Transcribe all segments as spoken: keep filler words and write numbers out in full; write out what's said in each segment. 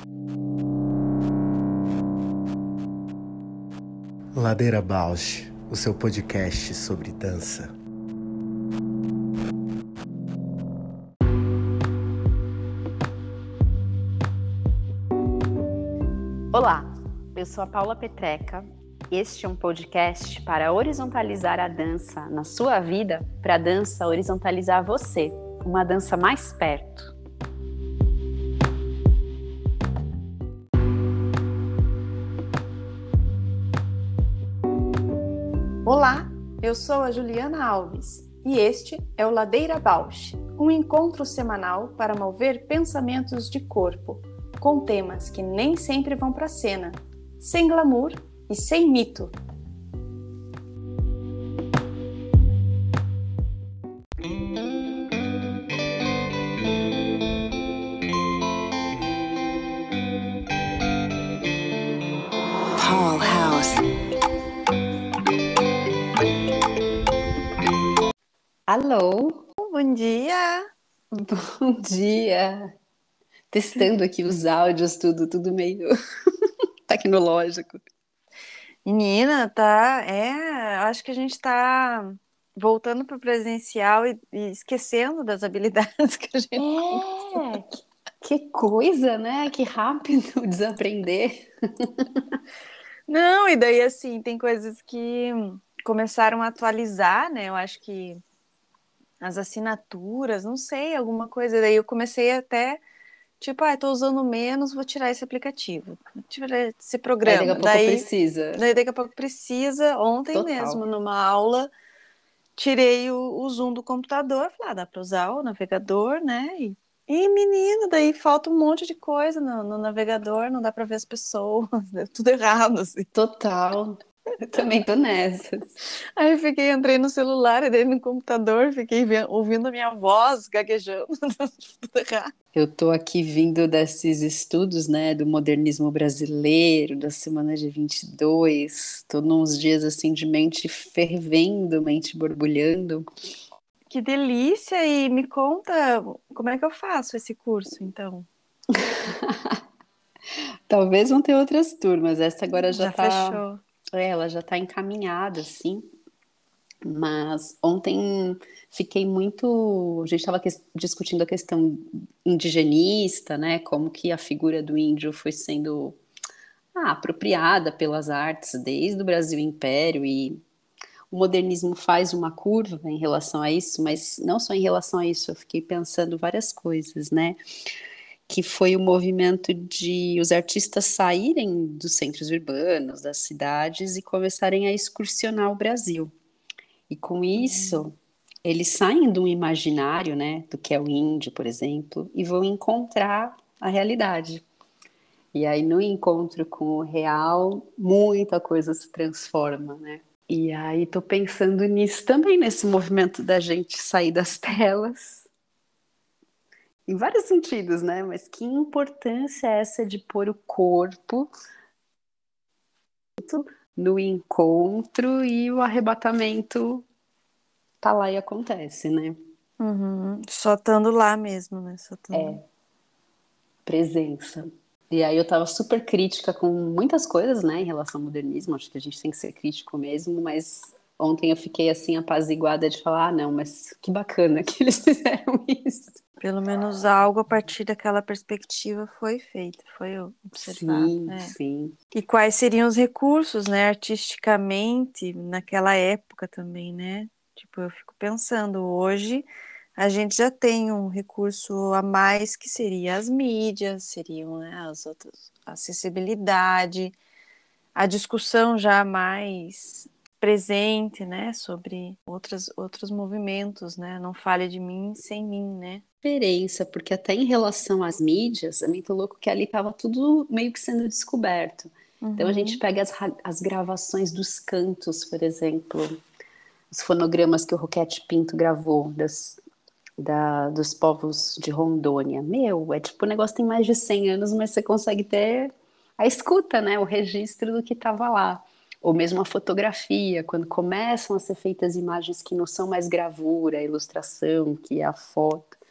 Ladeira Bausch, o seu podcast sobre dança. Olá, eu sou a Paula Petreca. Este é um podcast para horizontalizar a dança na sua vida, para a dança horizontalizar você, uma dança mais perto. Olá, eu sou a Juliana Alves e este é o Ladeira Bausch, um encontro semanal para mover pensamentos de corpo, com temas que nem sempre vão para a cena, sem glamour e sem mito. Alô? Bom dia! Bom dia! Testando aqui os áudios, tudo, tudo meio tecnológico. Menina, tá? É, acho que a gente tá voltando para o presencial e, e esquecendo das habilidades que a gente É, que, que coisa, né? Que rápido desaprender. Não, e daí assim, tem coisas que começaram a atualizar, né? Eu acho que as assinaturas, não sei, alguma coisa. Daí eu comecei até, tipo, ah, tô usando menos, vou tirar esse aplicativo, vou tirar esse Aí daqui a programa. pouco Daí, precisa. daí daqui a pouco precisa. Ontem mesmo, Total. numa aula, tirei o, o Zoom do computador, falei, ah, dá para usar o navegador, né? E, e menino, daí falta um monte de coisa no, no navegador, não dá para ver as pessoas, deu tudo errado, assim. Total. Eu também tô nessas. Aí eu fiquei, entrei no celular, entrei no computador, fiquei vendo, ouvindo a minha voz, gaguejando, tudo errado. Eu tô aqui vindo desses estudos, né, do modernismo brasileiro, da semana de vinte e dois. Tô nos dias, assim, de mente fervendo, mente borbulhando. Que delícia! E me conta, como é que eu faço esse curso, então? Talvez vão ter outras turmas. Essa agora já Já tá, fechou. é, ela já tá encaminhada, assim. Mas ontem fiquei muito. A gente estava discutindo a questão indigenista, né? Como que a figura do índio foi sendo ah, apropriada pelas artes desde o Brasil Império, e o modernismo faz uma curva em relação a isso, mas não só em relação a isso, eu fiquei pensando várias coisas, né? Que foi o movimento de os artistas saírem dos centros urbanos, das cidades e começarem a excursionar o Brasil. E com isso, eles saem de um imaginário, né, do que é o índio, por exemplo, e vão encontrar a realidade. E aí, no encontro com o real, muita coisa se transforma, né? E aí, tô pensando nisso também, nesse movimento da gente sair das telas, em vários sentidos, né? Mas que importância é essa de pôr o corpo no encontro e o arrebatamento tá lá e acontece, né? Uhum. Só estando lá mesmo, né? Só tando... É, presença. E aí eu tava super crítica com muitas coisas, né, em relação ao modernismo, acho que a gente tem que ser crítico mesmo, mas ontem eu fiquei assim apaziguada de falar, ah, não, mas que bacana que eles fizeram isso. Pelo menos algo a partir daquela perspectiva foi feito, foi observado. Sim, É. sim. E quais seriam os recursos, né, artisticamente, naquela época também, né? Tipo, eu fico pensando, hoje a gente já tem um recurso a mais que seria as mídias, seriam, né, as outras, a acessibilidade, a discussão já mais presente, né, sobre outras, outros movimentos, né? Não fale de mim sem mim, né? Diferença, porque até em relação às mídias, é muito louco que ali tava tudo meio que sendo descoberto. Então a gente Uhum. pega as, as gravações dos cantos, por exemplo, os fonogramas que o Roquete Pinto gravou das, da, dos povos de Rondônia. Meu, é tipo, o negócio tem mais de cem anos, mas você consegue ter a escuta, né? O registro do que estava lá. Ou mesmo a fotografia, quando começam a ser feitas imagens que não são mais gravura, ilustração, que é a foto.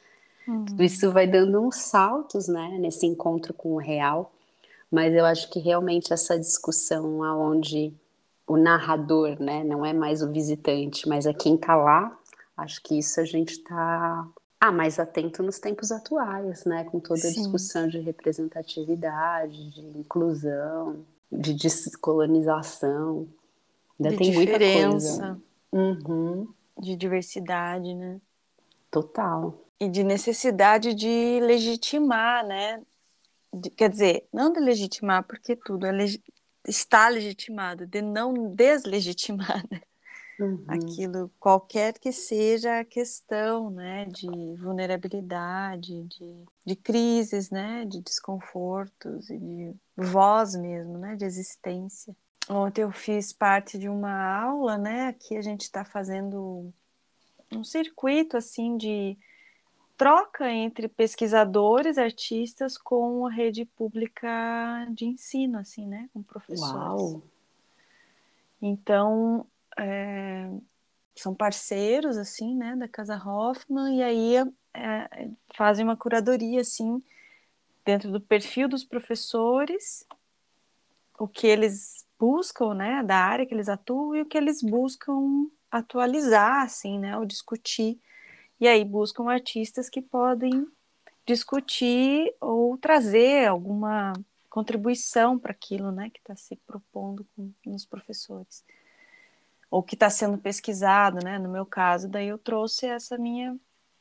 Tudo isso vai dando uns saltos, né, nesse encontro com o real, mas eu acho que realmente essa discussão aonde o narrador, né, não é mais o visitante, mas é quem está lá, acho que isso a gente está ah, mais atento nos tempos atuais, né, com toda a Sim. discussão de representatividade, de inclusão, de descolonização, ainda De tem muita coisa. diferença, Uhum, de diversidade, né? total. E de necessidade de legitimar, né? De- quer dizer, não de legitimar, porque tudo é legi- está legitimado, de não deslegitimar, né? Uhum. Aquilo, qualquer que seja a questão, né? De vulnerabilidade, de, de crises, né? De desconfortos e de voz mesmo, né? De existência. Ontem eu fiz parte de uma aula, né? Aqui a gente está fazendo um circuito assim de troca entre pesquisadores, artistas com a rede pública de ensino, assim, né? Com professores. Uau! Então, é, são parceiros, assim, né? Da Casa Hoffman, e aí é, fazem uma curadoria, assim, dentro do perfil dos professores, o que eles buscam, né? Da área que eles atuam e o que eles buscam atualizar, assim, né? Ou discutir. E aí buscam artistas que podem discutir ou trazer alguma contribuição para aquilo, né, que está se propondo com, nos professores, ou que está sendo pesquisado, né, no meu caso, daí eu trouxe essa minha,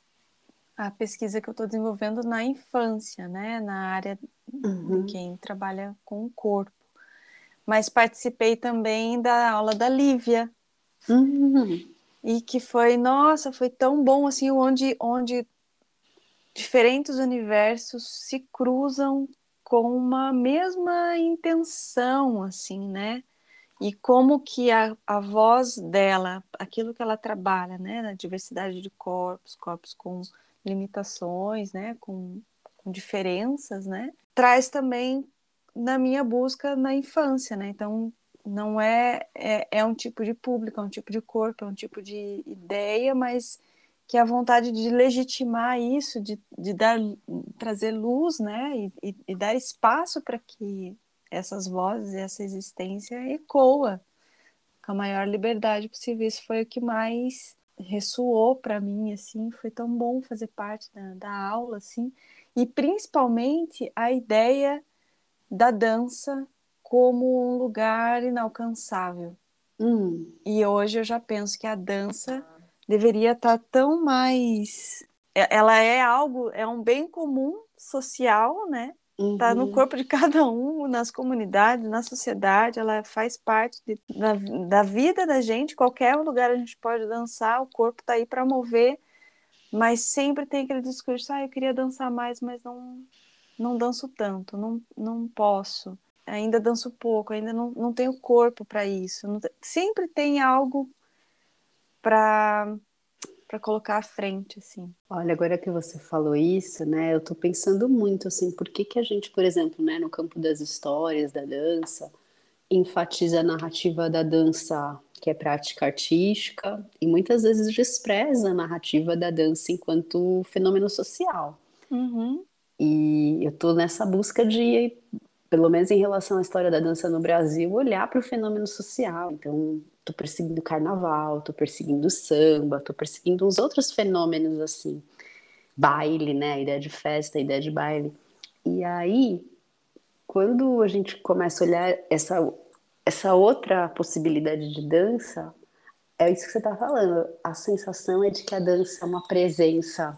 a pesquisa que eu estou desenvolvendo na infância, né, na área de Uhum. quem trabalha com o corpo, mas participei também da aula da Lívia, Uhum. e que foi, nossa, foi tão bom, assim, onde, onde diferentes universos se cruzam com uma mesma intenção, assim, né? E como que a, a voz dela, aquilo que ela trabalha, né, na diversidade de corpos, corpos com limitações, né, com, com diferenças, né, traz também na minha busca na infância, né? Então não é, é é um tipo de público, é um tipo de corpo, é um tipo de ideia, mas que a vontade de legitimar isso, de, de dar, trazer luz, né, e, e, e dar espaço para que essas vozes, essa existência ecoa com a maior liberdade possível. Isso foi o que mais ressoou para mim, assim, foi tão bom fazer parte da, da aula, assim, e principalmente a ideia da dança como um lugar inalcançável. Hum. E hoje eu já penso que a dança deveria estar tão mais. Ela é algo, é um bem comum social, né? Está no Uhum. corpo de cada um, nas comunidades, na sociedade, ela faz parte de, da, da vida da gente. Qualquer lugar a gente pode dançar, o corpo está aí para mover, mas sempre tem aquele discurso: ah, eu queria dançar mais, mas não, não danço tanto, não, não posso. Ainda danço pouco, ainda não, não tenho corpo para isso. Não, sempre tem algo para para colocar à frente, assim. Olha, agora que você falou isso, né, eu tô pensando muito, assim, por que que a gente, por exemplo, né, no campo das histórias, da dança, enfatiza a narrativa da dança, que é prática artística, e muitas vezes despreza a narrativa da dança enquanto fenômeno social. Uhum. E eu tô nessa busca de, pelo menos em relação à história da dança no Brasil, olhar para o fenômeno social. Então, tô perseguindo o carnaval, tô perseguindo o samba, tô perseguindo uns outros fenômenos assim. Baile, né? A ideia de festa, a ideia de baile. E aí, quando a gente começa a olhar essa, essa outra possibilidade de dança, é isso que você está falando. A sensação é de que a dança é uma presença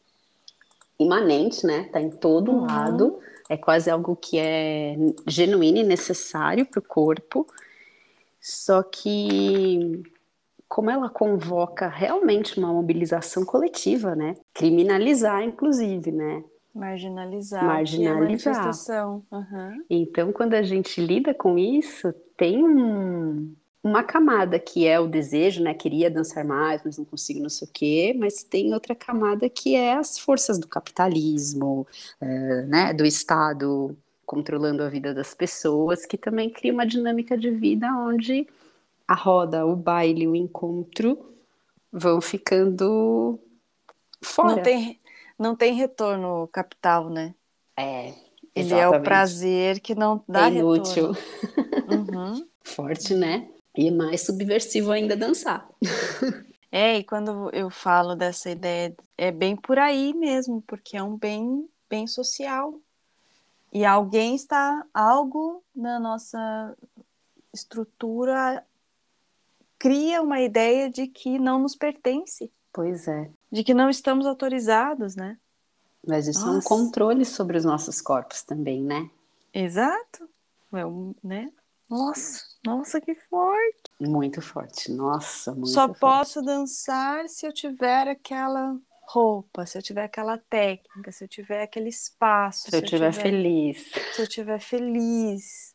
imanente, né? Tá em todo lado. Uhum. É quase algo que é genuíno e necessário para o corpo. Só que como ela convoca realmente uma mobilização coletiva, né? Criminalizar, inclusive, né? Marginalizar o que é Marginalizar. manifestação. Uhum. Então, quando a gente lida com isso, tem um, uma camada que é o desejo, né? Queria dançar mais, mas não consigo, não sei o quê. Mas tem outra camada que é as forças do capitalismo, é, né? Do Estado controlando a vida das pessoas, que também cria uma dinâmica de vida onde a roda, o baile, o encontro vão ficando Não fora. tem, não tem retorno capital, né? É, Ele é o exatamente. prazer que não dá É inútil. retorno. Uhum. Forte, né? E é mais subversivo ainda dançar. É, e quando eu falo dessa ideia, é bem por aí mesmo, porque é um bem, bem social. E alguém está, algo na nossa estrutura cria uma ideia de que não nos pertence, Pois é. de que não estamos autorizados, né? Mas isso é um Nossa, controle sobre os nossos corpos também, né? exato. É um, né? Nossa, nossa, que forte. Muito forte. Nossa, Só muito forte. posso dançar se eu tiver aquela roupa, se eu tiver aquela técnica, se eu tiver aquele espaço, Se eu se eu estiver tiver, feliz. se eu tiver feliz,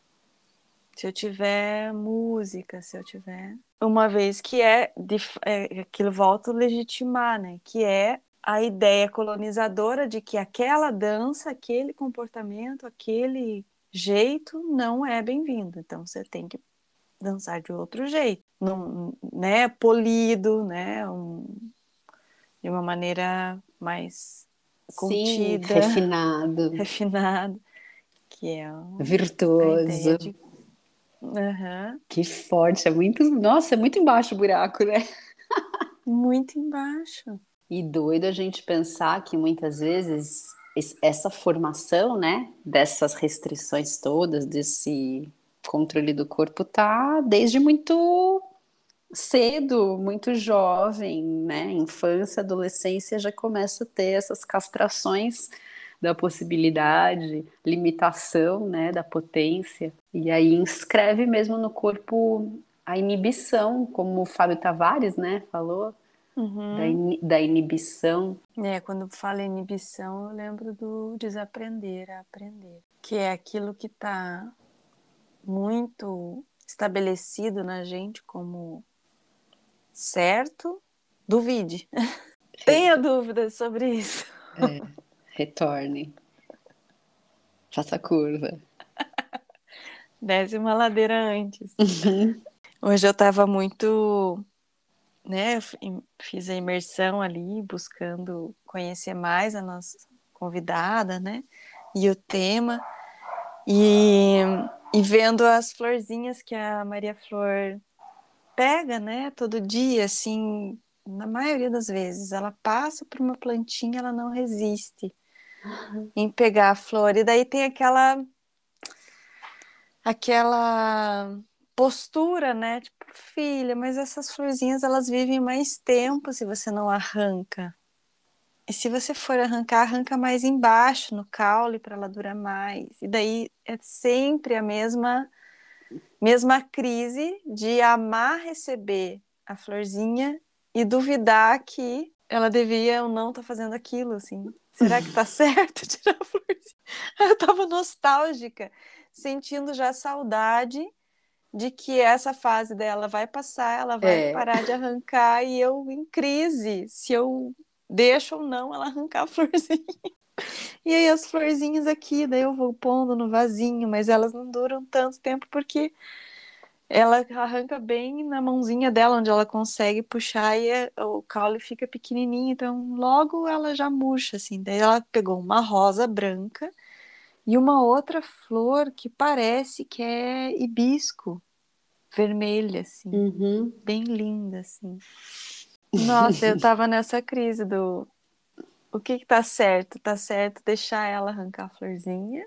se eu tiver música, se eu tiver. Uma vez que é, de, é aquilo volta a legitimar, né? Que é a ideia colonizadora de que aquela dança, aquele comportamento, aquele jeito não é bem-vindo. Então você tem que dançar de outro jeito, não, né? Polido, né? Um, de uma maneira mais Sim, contida, refinado, refinada, que é a ideia virtuoso. de. Uhum. Que forte. É muito. Nossa, é muito embaixo o buraco, né? Muito embaixo. E doido a gente pensar que muitas vezes es- essa formação, né, dessas restrições todas, desse controle do corpo, tá desde muito cedo, muito jovem, né? Infância, adolescência já começa a ter essas castrações da possibilidade, limitação, né, da potência. E aí inscreve mesmo no corpo a inibição, como o Fábio Tavares, né, falou, da, Uhum. in, da inibição. É, quando fala inibição, eu lembro do desaprender a aprender, que é aquilo que está muito estabelecido na gente como certo, duvide. Re, Tenha dúvidas sobre isso. é, retorne, faça curva. Desce uma ladeira antes. Hoje eu estava muito, né, eu fiz a imersão ali, buscando conhecer mais a nossa convidada, né, e o tema, e, e vendo as florzinhas que a Maria Flor pega, né, todo dia, assim, na maioria das vezes, ela passa por uma plantinha, ela não resiste em pegar a flor, e daí tem aquela, aquela postura, né, tipo, filha, mas essas florzinhas, elas vivem mais tempo se você não arranca. E se você for arrancar, arranca mais embaixo, no caule, para ela durar mais. E daí é sempre a mesma mesma crise de amar receber a florzinha e duvidar que ela devia ou não estar tá fazendo aquilo, assim. Será que tá certo tirar a florzinha? Eu tava nostálgica, sentindo já saudade de que essa fase dela vai passar, ela vai É, parar de arrancar e eu em crise, se eu deixo ou não ela arrancar a florzinha. E aí as florzinhas aqui, daí eu vou pondo no vasinho, mas elas não duram tanto tempo porque ela arranca bem na mãozinha dela, onde ela consegue puxar e é- o caule fica pequenininho, então logo ela já murcha, assim. Daí ela pegou uma rosa branca e uma outra flor que parece que é hibisco, vermelha, assim, uhum. bem linda, assim. Nossa, eu tava nessa crise do o que que tá certo? Tá certo deixar ela arrancar a florzinha?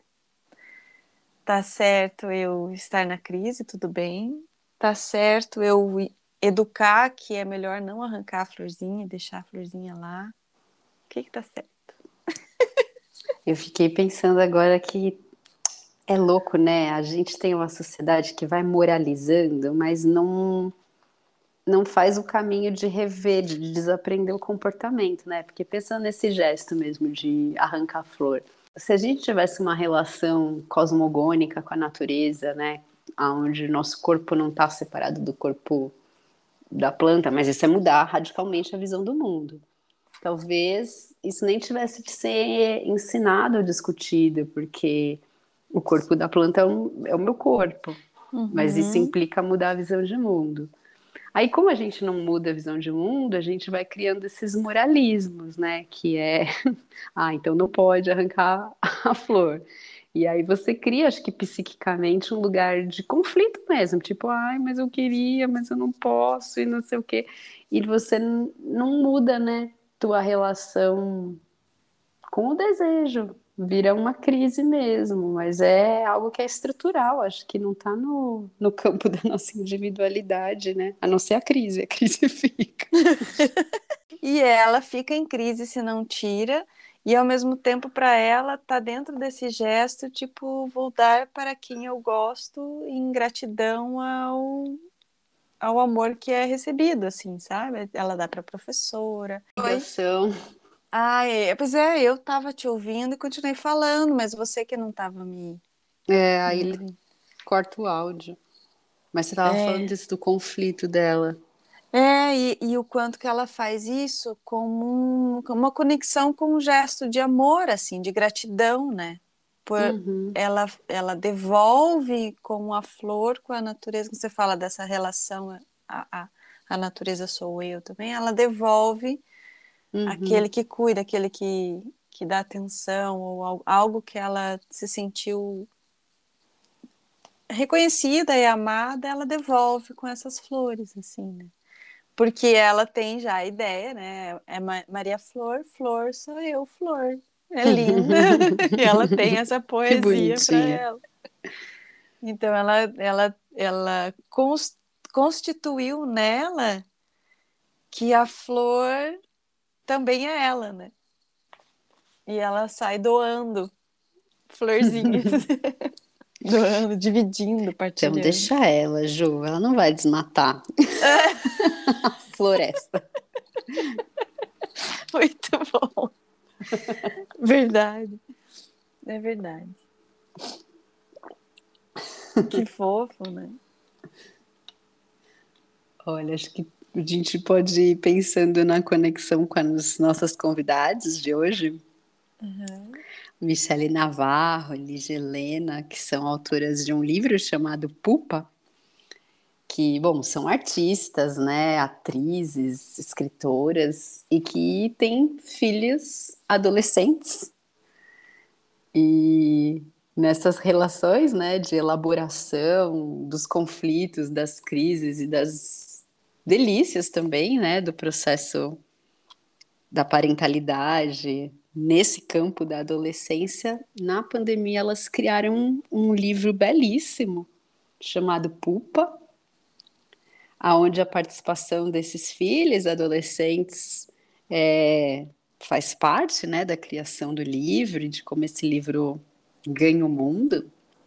Tá certo eu estar na crise, tudo bem. Tá certo eu educar que é melhor não arrancar a florzinha, deixar a florzinha lá. O que que tá certo? Eu fiquei pensando agora que é louco, né? A gente tem uma sociedade que vai moralizando, mas não não faz o caminho de rever, de desaprender o comportamento, né? Porque pensando nesse gesto mesmo de arrancar a flor, se a gente tivesse uma relação cosmogônica com a natureza, né? Onde nosso corpo não está separado do corpo da planta, mas isso é mudar radicalmente a visão do mundo. Talvez isso nem tivesse que ser ensinado ou discutido, porque o corpo da planta é, um, é o meu corpo, mas isso Uhum. implica mudar a visão de mundo. Aí, como a gente não muda a visão de mundo, a gente vai criando esses moralismos, né? Que é, ah, então não pode arrancar a flor. E aí você cria, acho que psiquicamente, um lugar de conflito mesmo, tipo, ai, mas eu queria, mas eu não posso, e não sei o quê. E você n- não muda, né, tua relação com o desejo. Vira uma crise mesmo, mas é algo que é estrutural, acho que não está no, no campo da nossa individualidade, né? A não ser a crise, a crise fica. E ela fica em crise se não tira, e ao mesmo tempo para ela tá dentro desse gesto, tipo, vou dar para quem eu gosto em gratidão ao, ao amor que é recebido, assim, sabe? Ela dá para professora. Oi. Ligação. Ah, é, pois é, eu tava te ouvindo e continuei falando, mas você que não tava me, É, aí me ele ouvindo. corta o áudio. Mas você estava falando É, disso do conflito dela. é e, e o quanto que ela faz isso como, um- como uma conexão com um gesto de amor, assim, de gratidão, né? Por, Uhum, ela, ela devolve como a flor com a natureza, quando você fala dessa relação, a, a, a natureza sou eu também, ela devolve uhum, aquele que cuida, aquele que, que dá atenção, ou al- algo que ela se sentiu reconhecida e amada, ela devolve com essas flores, assim, né? Porque ela tem já a ideia, né? É Ma- Maria Flor, Flor sou eu, Flor. É linda. E ela tem essa que poesia para bonitinha. ela. Então ela, ela, ela cons- constituiu nela que a flor também é ela, né? E ela sai doando florzinhas, doando, dividindo, Então partilhando. deixa ela, Ju, ela não vai desmatar a floresta. Muito bom. Verdade. É verdade. Que fofo, né? Olha, acho que a gente pode ir pensando na conexão com as nossas convidadas de hoje. Uhum. Michele Navarro, Ligia Helena, que são autoras de um livro chamado Pupa, que, bom, são artistas, né, atrizes, escritoras e que têm filhos adolescentes. E nessas relações, né, de elaboração dos conflitos, das crises e das delícias também, né, do processo da parentalidade, nesse campo da adolescência, na pandemia elas criaram um, um livro belíssimo chamado Pupa, aonde a participação desses filhos adolescentes é, faz parte, né, da criação do livro e de como esse livro ganha o mundo.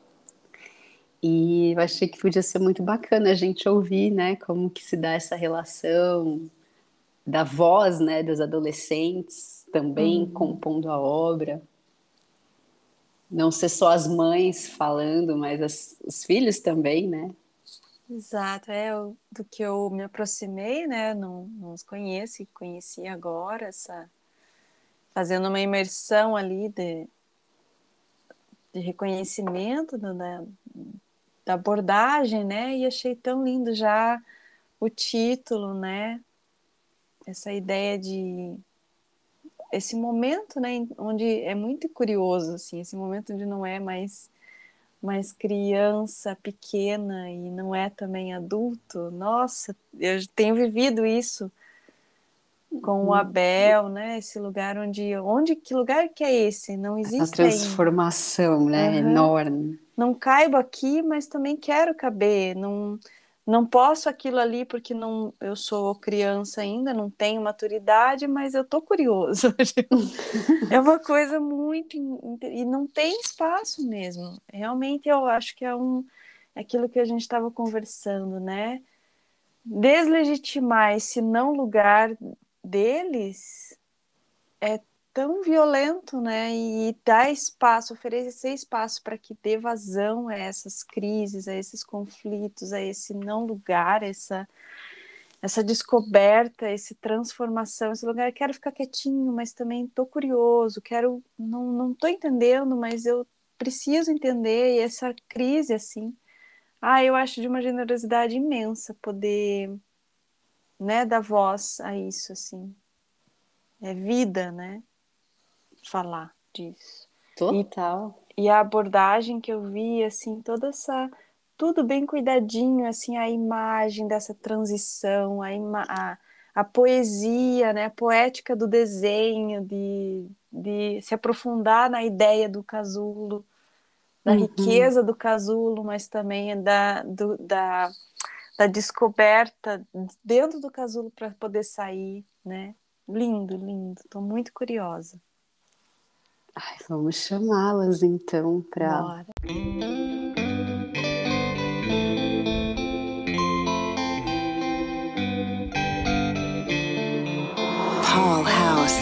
E eu achei que podia ser muito bacana a gente ouvir, né, como que se dá essa relação da voz, né, dos adolescentes também Uhum. compondo a obra. Não ser só as mães falando, mas as, os filhos também, né? Exato, é o- do que eu me aproximei, né? Não, não os conheço e conheci agora, essa, fazendo uma imersão ali de, de reconhecimento da, da da abordagem, né? E achei tão lindo já o título, né? Essa ideia de esse momento, né? Onde é muito curioso, assim, esse momento onde não é mais mais criança pequena e não é também adulto. Nossa, eu tenho vivido isso com o Abel, né? Esse lugar onde, onde, que lugar que é esse? Não Essa existe ainda. transformação, né? Uhum. Enorme. Não caibo aqui, mas também quero caber. Não, não posso aquilo ali porque não, eu sou criança ainda, não tenho maturidade, mas eu tô curioso. É uma coisa muito e não tem espaço mesmo. Realmente eu acho que é um é aquilo que a gente estava conversando, né? Deslegitimar esse não lugar deles é tão violento, né? E dar espaço, oferecer espaço para que dê vazão a essas crises, a esses conflitos, a esse não lugar, essa essa descoberta, essa transformação, esse lugar. Quero ficar quietinho, mas também estou curioso. Quero, não não estou entendendo, mas eu preciso entender. E essa crise assim, ah, eu acho de uma generosidade imensa poder né, dar voz a isso, assim. É vida, né? Falar disso. E, Total. e a abordagem que eu vi, assim, toda essa... Tudo bem cuidadinho, assim, a imagem dessa transição, a, ima a, a poesia, né? A poética do desenho, de, de se aprofundar na ideia do casulo, da Uhum. riqueza do casulo, mas também da, do, da, da descoberta dentro do casulo para poder sair, né? Lindo, lindo. Estou muito curiosa. Ai, vamos chamá-las então para. Bora. Paul House.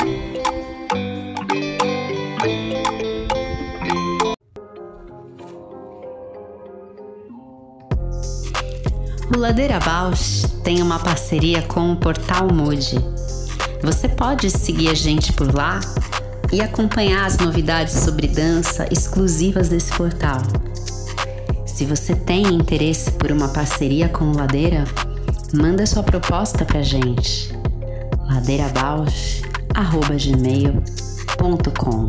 O Ladeira Bausch tem uma parceria com o Portal Mood. Você pode seguir a gente por lá e acompanhar as novidades sobre dança exclusivas desse portal. Se você tem interesse por uma parceria com o Ladeira, manda sua proposta pra gente. ladeirabausch arroba gmail ponto com.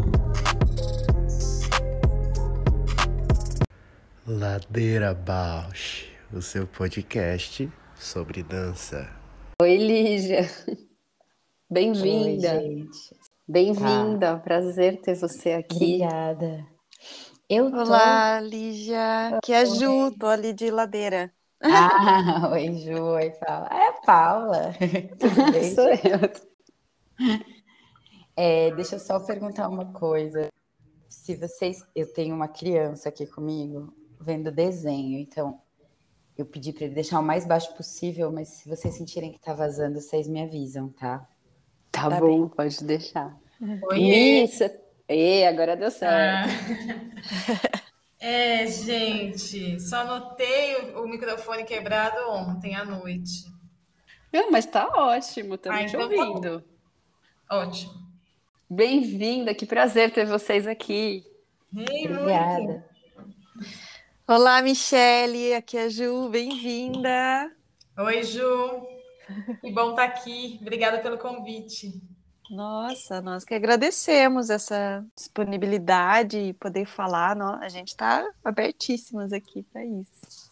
Ladeira Bausch, o seu podcast sobre dança. Oi, Lígia. Oi, Bem-vinda. gente. Bem-vinda. Prazer ter você aqui. Obrigada. Eu tô... Olá, Lígia. Que é a Ju, tô ali de Ladeira. Ah, oi, Ju, oi, Paula. É a Paula. Tudo bem? Sou eu. É, deixa eu só perguntar uma coisa. Se vocês... Eu tenho uma criança aqui comigo vendo desenho, então eu pedi para ele deixar o mais baixo possível, mas se vocês sentirem que tá vazando, vocês me avisam, tá? Tá, Tá bom, bem. pode deixar. Oiê! Isso. E agora deu certo. Ah. É, gente, só notei o, o microfone quebrado ontem à noite. Não, mas tá ótimo, estamos Ah, te então tá bom. ouvindo. Ótimo. Bem-vinda, que prazer ter vocês aqui. Ei, muito. Obrigada. Olá, Michele. Aqui é a Ju. Bem-vinda. Oi, Ju. Que bom estar aqui. Obrigada pelo convite. Nossa, nós que agradecemos essa disponibilidade e poder falar. nó- A gente está abertíssimas aqui para isso.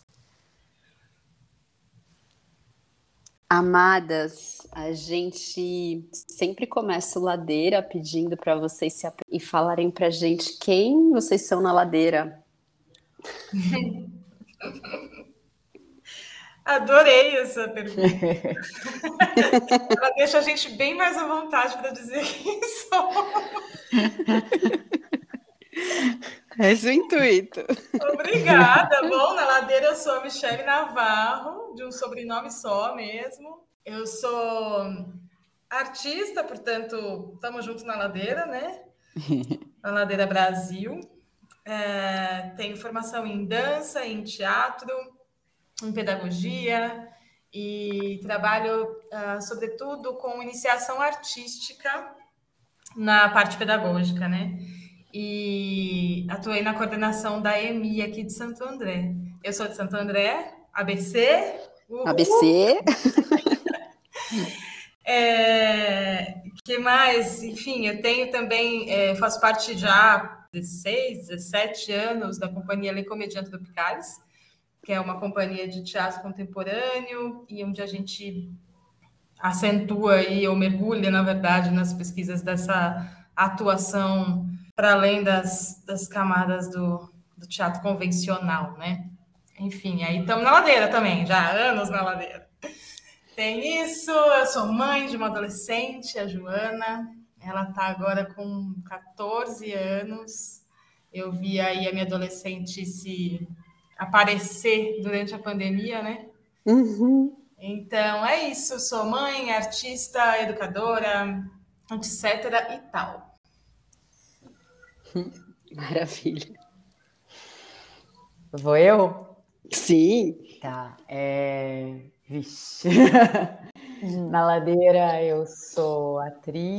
Amadas, a gente sempre começa o Ladeira pedindo para vocês se ap- e falarem pra gente quem vocês são na Ladeira. Adorei essa pergunta. Ela deixa a gente bem mais à vontade para dizer quem sou. Esse é o intuito. Obrigada. Bom, na Ladeira eu sou a Michele Navarro, de um sobrenome só mesmo. Eu sou artista, portanto, estamos juntos na Ladeira, né? Na Ladeira Brasil. É, tenho formação em dança, em teatro, em pedagogia e trabalho, uh, sobretudo, com iniciação artística na parte pedagógica, né? E atuei na coordenação da E M I aqui de Santo André. Eu sou de Santo André, A B C. Uhul. A B C. É, que mais? Enfim, eu tenho também, é, faço parte já há dezesseis, dezessete anos da companhia Le Comediante do Picares, que é uma companhia de teatro contemporâneo e onde a gente acentua aí, ou mergulha, na verdade, nas pesquisas dessa atuação para além das, das camadas do, do teatro convencional, né? Enfim, aí estamos na Ladeira também, já há anos na Ladeira. Tem isso, eu sou mãe de uma adolescente, a Joana, ela está agora com catorze anos, eu vi aí a minha adolescente se aparecer durante a pandemia, né? Uhum. Então, é isso. Sou mãe, artista, educadora, etcétera e tal. Maravilha. Vou eu? Sim. Tá. É... Vixe. Na Ladeira eu sou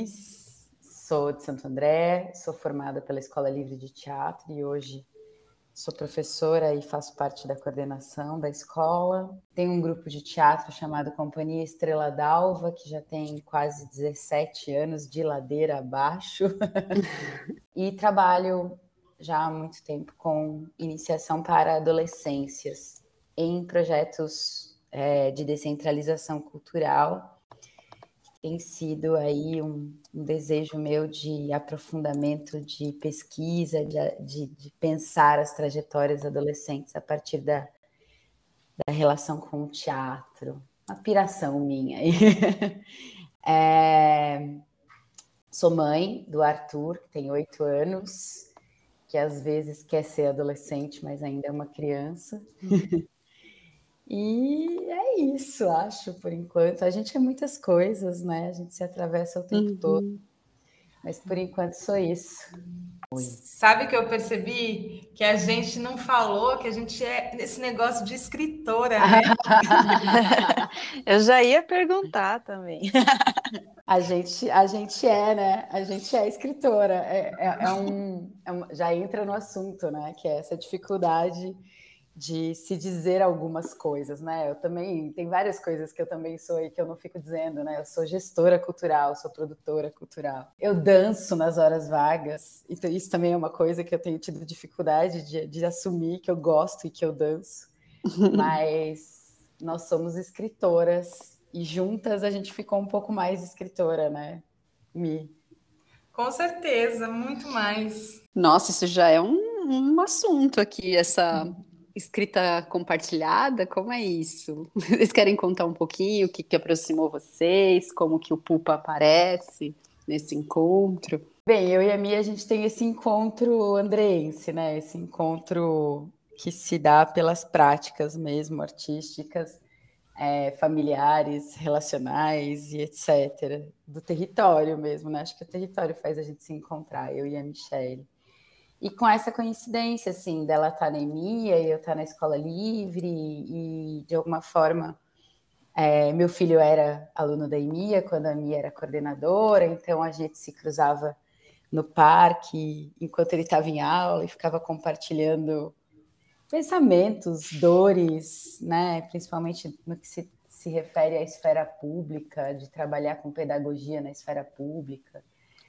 atriz, sou de Santo André, sou formada pela Escola Livre de Teatro e hoje sou professora e faço parte da coordenação da escola. Tenho um grupo de teatro chamado Companhia Estrela d'Alva, que já tem quase dezessete anos de ladeira abaixo. E trabalho já há muito tempo com iniciação para adolescências em projetos é, de descentralização cultural. Tem sido aí um, um desejo meu de aprofundamento, de pesquisa, de, de, de pensar as trajetórias adolescentes a partir da, da relação com o teatro. Uma piração minha. É, sou mãe do Arthur, que tem oito anos, que às vezes quer ser adolescente, mas ainda é uma criança. E é isso, acho, por enquanto. A gente é muitas coisas, né? A gente se atravessa o tempo uhum. todo. Mas, por enquanto, sou isso. Oi. Sabe que eu percebi? Que a gente não falou que a gente é nesse negócio de escritora, né? Eu já ia perguntar também. A gente, a gente é, né? A gente é escritora. É, é, é um, é um, já entra no assunto, né? Que é essa dificuldade de se dizer algumas coisas, né? Eu também, tem várias coisas que eu também sou e que eu não fico dizendo, né? Eu sou gestora cultural, sou produtora cultural. Eu danço nas horas vagas, então isso também é uma coisa que eu tenho tido dificuldade de, de assumir, que eu gosto e que eu danço. Mas nós somos escritoras e juntas a gente ficou um pouco mais escritora, né, Mi? Com certeza, muito mais. Nossa, isso já é um, um assunto aqui, essa... escrita compartilhada, como é isso? Vocês querem contar um pouquinho o que, que aproximou vocês, como que o Pupa aparece nesse encontro? Bem, eu e a Mia, a gente tem esse encontro andreense, né? Esse encontro que se dá pelas práticas mesmo, artísticas, é, familiares, relacionais e etcétera. Do território mesmo, né? Acho que o território faz a gente se encontrar, eu e a Michelle. E com essa coincidência, assim, dela estar na EMIA e eu estar na Escola Livre e, de alguma forma, é, meu filho era aluno da EMIA quando a EMIA era coordenadora, então a gente se cruzava no parque enquanto ele estava em aula e ficava compartilhando pensamentos, dores, né? Principalmente no que se, se refere à esfera pública, de trabalhar com pedagogia na esfera pública.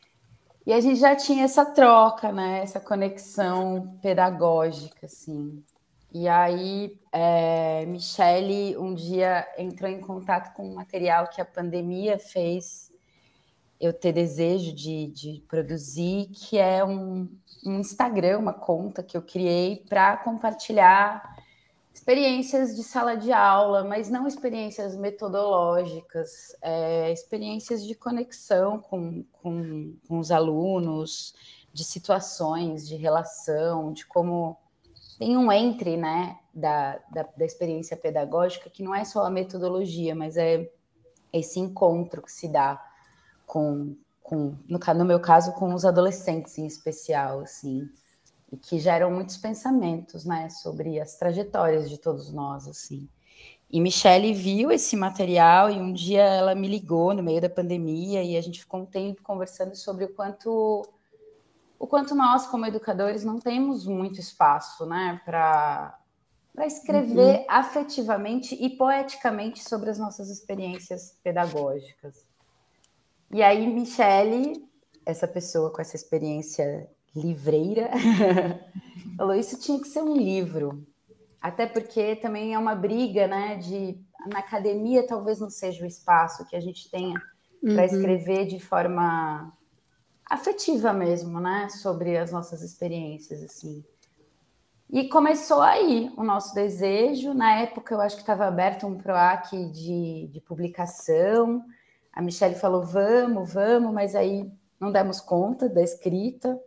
E a gente já tinha essa troca, né? Essa conexão pedagógica, assim. E aí, é, Michelle um dia entrou em contato com um material que a pandemia fez eu ter desejo de, de produzir, que é um, um Instagram, uma conta que eu criei para compartilhar experiências de sala de aula, mas não experiências metodológicas, é, experiências de conexão com, com, com os alunos, de situações, de relação, de como tem um entre, né, da, da, da experiência pedagógica, que não é só a metodologia, mas é esse encontro que se dá com, com no, no meu caso, com os adolescentes em especial, assim, e que geram muitos pensamentos, né, sobre as trajetórias de todos nós, assim. E Michelle viu esse material e um dia ela me ligou no meio da pandemia e a gente ficou um tempo conversando sobre o quanto, o quanto nós, como educadores, não temos muito espaço, né, para para escrever uhum. afetivamente e poeticamente sobre as nossas experiências pedagógicas. E aí Michelle, essa pessoa com essa experiência livreira, falou, isso tinha que ser um livro, até porque também é uma briga, né, de, na academia talvez não seja o espaço que a gente tenha para uhum. escrever de forma afetiva mesmo, né, sobre as nossas experiências, assim. E começou aí o nosso desejo, na época eu acho que estava aberto um PROAC de, de publicação, a Michelle falou, vamos, vamos, mas aí não demos conta da escrita.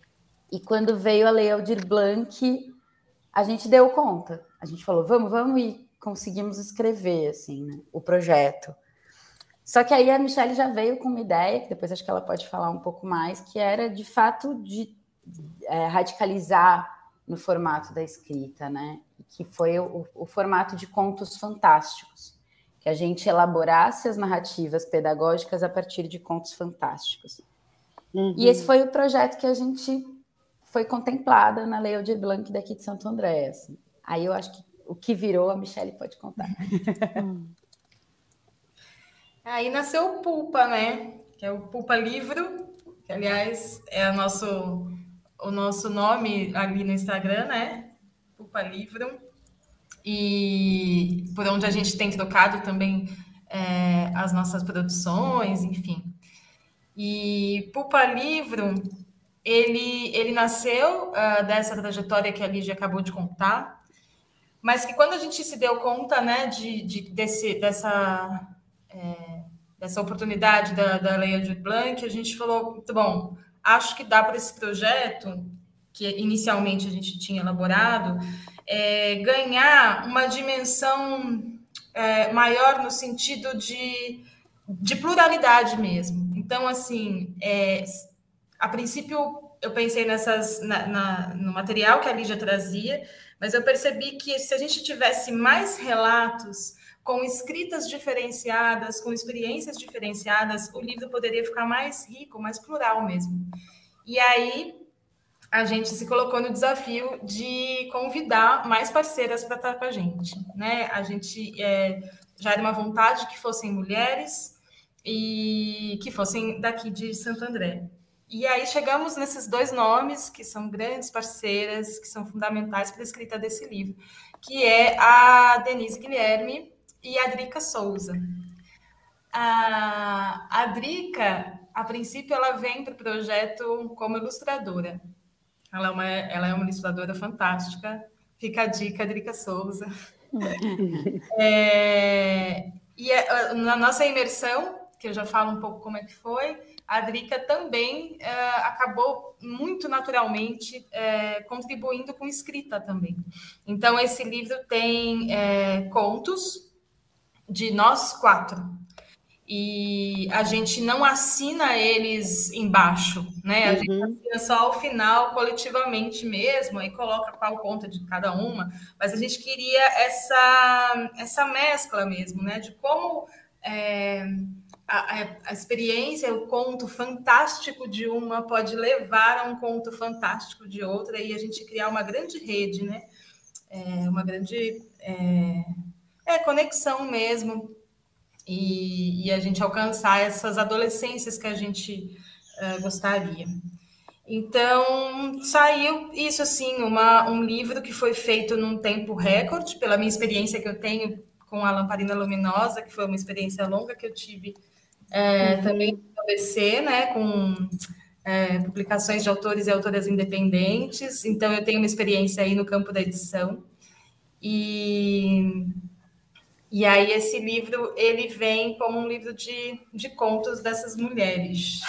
E quando veio a Lei Aldir Blanc, a gente deu conta. A gente falou, vamos, vamos, e conseguimos escrever, assim, né, o projeto. Só que aí a Michelle já veio com uma ideia, que depois acho que ela pode falar um pouco mais, que era, de fato, de é, radicalizar no formato da escrita, né? Que foi o, o formato de contos fantásticos, que a gente elaborasse as narrativas pedagógicas a partir de contos fantásticos. Uhum. E esse foi o projeto que a gente foi contemplada na Lei Aldir Blanc daqui de Santo André. Assim. Aí eu acho que o que virou, a Michelle pode contar. Aí nasceu o Pulpa, né? Que é o Pulpa Livro, que, aliás, é o nosso, o nosso nome ali no Instagram, né? Pulpa Livro. E por onde a gente tem trocado também é, as nossas produções, enfim. E Pulpa Livro, ele, ele nasceu uh, dessa trajetória que a Lígia acabou de contar, mas que quando a gente se deu conta, né, de, de, desse, dessa, é, dessa oportunidade da, da Lei Aldir Blanc, a gente falou, muito bom, acho que dá para esse projeto, que inicialmente a gente tinha elaborado, é, ganhar uma dimensão é, maior no sentido de, de pluralidade mesmo. Então, assim, é, a princípio eu pensei nessas, na, na, no material que a Lígia trazia, mas eu percebi que se a gente tivesse mais relatos com escritas diferenciadas, com experiências diferenciadas, o livro poderia ficar mais rico, mais plural mesmo. E aí a gente se colocou no desafio de convidar mais parceiras para estar com a gente, né? A gente é, já era uma vontade que fossem mulheres e que fossem daqui de Santo André. E aí chegamos nesses dois nomes, que são grandes parceiras, que são fundamentais para a escrita desse livro, que é a Denise Guilherme e a Drica Souza. A, a Drica, a princípio, ela vem para o projeto como ilustradora. Ela é uma, ela é uma ilustradora fantástica. Fica a dica, Drica Souza. É, e a, na nossa imersão, que eu já falo um pouco como é que foi, a Drica também uh, acabou muito naturalmente uh, contribuindo com escrita também. Então, esse livro tem uh, contos de nós quatro. E a gente não assina eles embaixo, né? A uhum. gente assina só ao final, coletivamente mesmo, aí coloca qual conta de cada uma. Mas a gente queria essa, essa mescla mesmo, né? De como... É, A, a experiência, o conto fantástico de uma pode levar a um conto fantástico de outra e a gente criar uma grande rede, né? É, uma grande é, é, conexão mesmo e, e a gente alcançar essas adolescências que a gente uh, gostaria. Então, saiu isso, assim, uma, um livro que foi feito num tempo recorde, pela minha experiência que eu tenho com a Lamparina Luminosa, que foi uma experiência longa que eu tive É, uhum. também no A B C, né, com é, publicações de autores e autoras independentes, então eu tenho uma experiência aí no campo da edição, e, e aí esse livro, ele vem como um livro de, de contos dessas mulheres.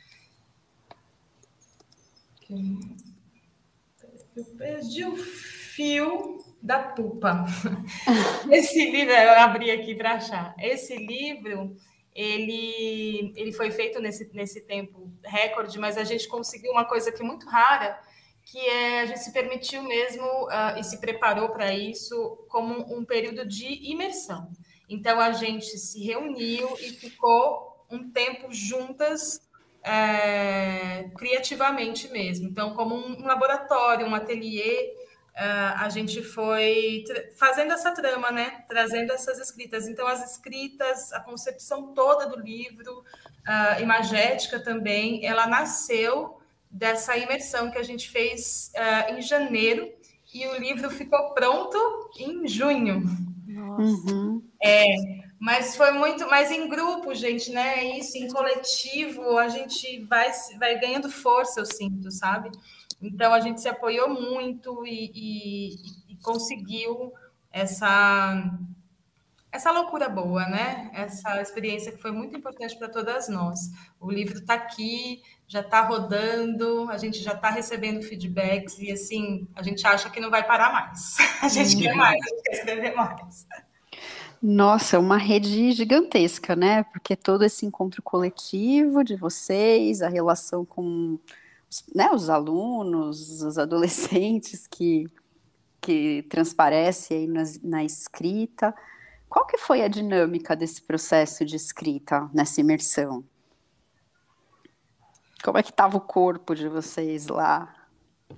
Eu perdi o fio da Pulpa. Esse livro, eu abri aqui para achar, esse livro... Ele, ele foi feito nesse, nesse tempo recorde, mas a gente conseguiu uma coisa que é muito rara, que é a gente se permitiu mesmo uh, e se preparou para isso como um período de imersão. Então, a gente se reuniu e ficou um tempo juntas é, criativamente mesmo. Então, como um, um laboratório, um ateliê, Uh, a gente foi fazendo essa trama, né? Trazendo essas escritas. Então, as escritas, a concepção toda do livro, uh, imagética também, ela nasceu dessa imersão que a gente fez uh, em janeiro, e o livro ficou pronto em junho. Nossa. Uhum. É, mas foi muito, mas em grupo, gente, né? Isso, em coletivo, a gente vai, vai ganhando força, eu sinto, sabe? Então, a gente se apoiou muito e, e, e conseguiu essa, essa loucura boa, né? Essa experiência que foi muito importante para todas nós. O livro está aqui, já está rodando, a gente já está recebendo feedbacks e, assim, a gente acha que não vai parar mais. A gente quer mais, a gente quer escrever mais. Nossa, é uma rede gigantesca, né? Porque todo esse encontro coletivo de vocês, a relação com... Né, os alunos, os adolescentes que, que transparece aí na, na escrita. Qual que foi a dinâmica desse processo de escrita, nessa imersão? Como é que estava o corpo de vocês lá?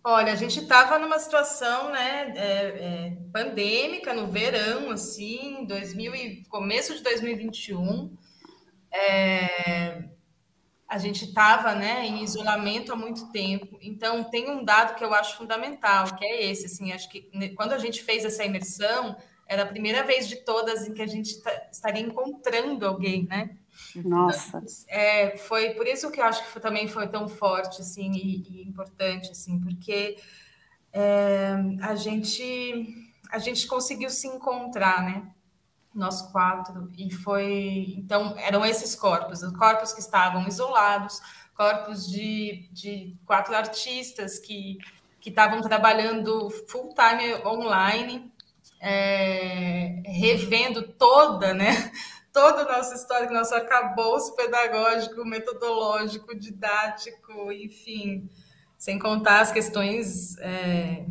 Olha, a gente estava numa situação, né, é, é, pandêmica no verão, assim, dois mil e, começo de dois mil e vinte e um. É, a gente estava, né, em isolamento há muito tempo. Então, tem um dado que eu acho fundamental, que é esse, assim, acho que né, quando a gente fez essa imersão, era a primeira vez de todas em que a gente estaria encontrando alguém, né? Nossa. Então, é, foi por isso que eu acho que foi, também foi tão forte, assim, e, e importante, assim, porque é, a gente a gente conseguiu se encontrar, né? Nós quatro, e foi. Então, eram esses corpos, os corpos que estavam isolados, corpos de, de quatro artistas que que estavam trabalhando full time online, é, revendo toda, né? Todo o nosso histórico, nosso arcabouço pedagógico, metodológico, didático, enfim, sem contar as questões. É,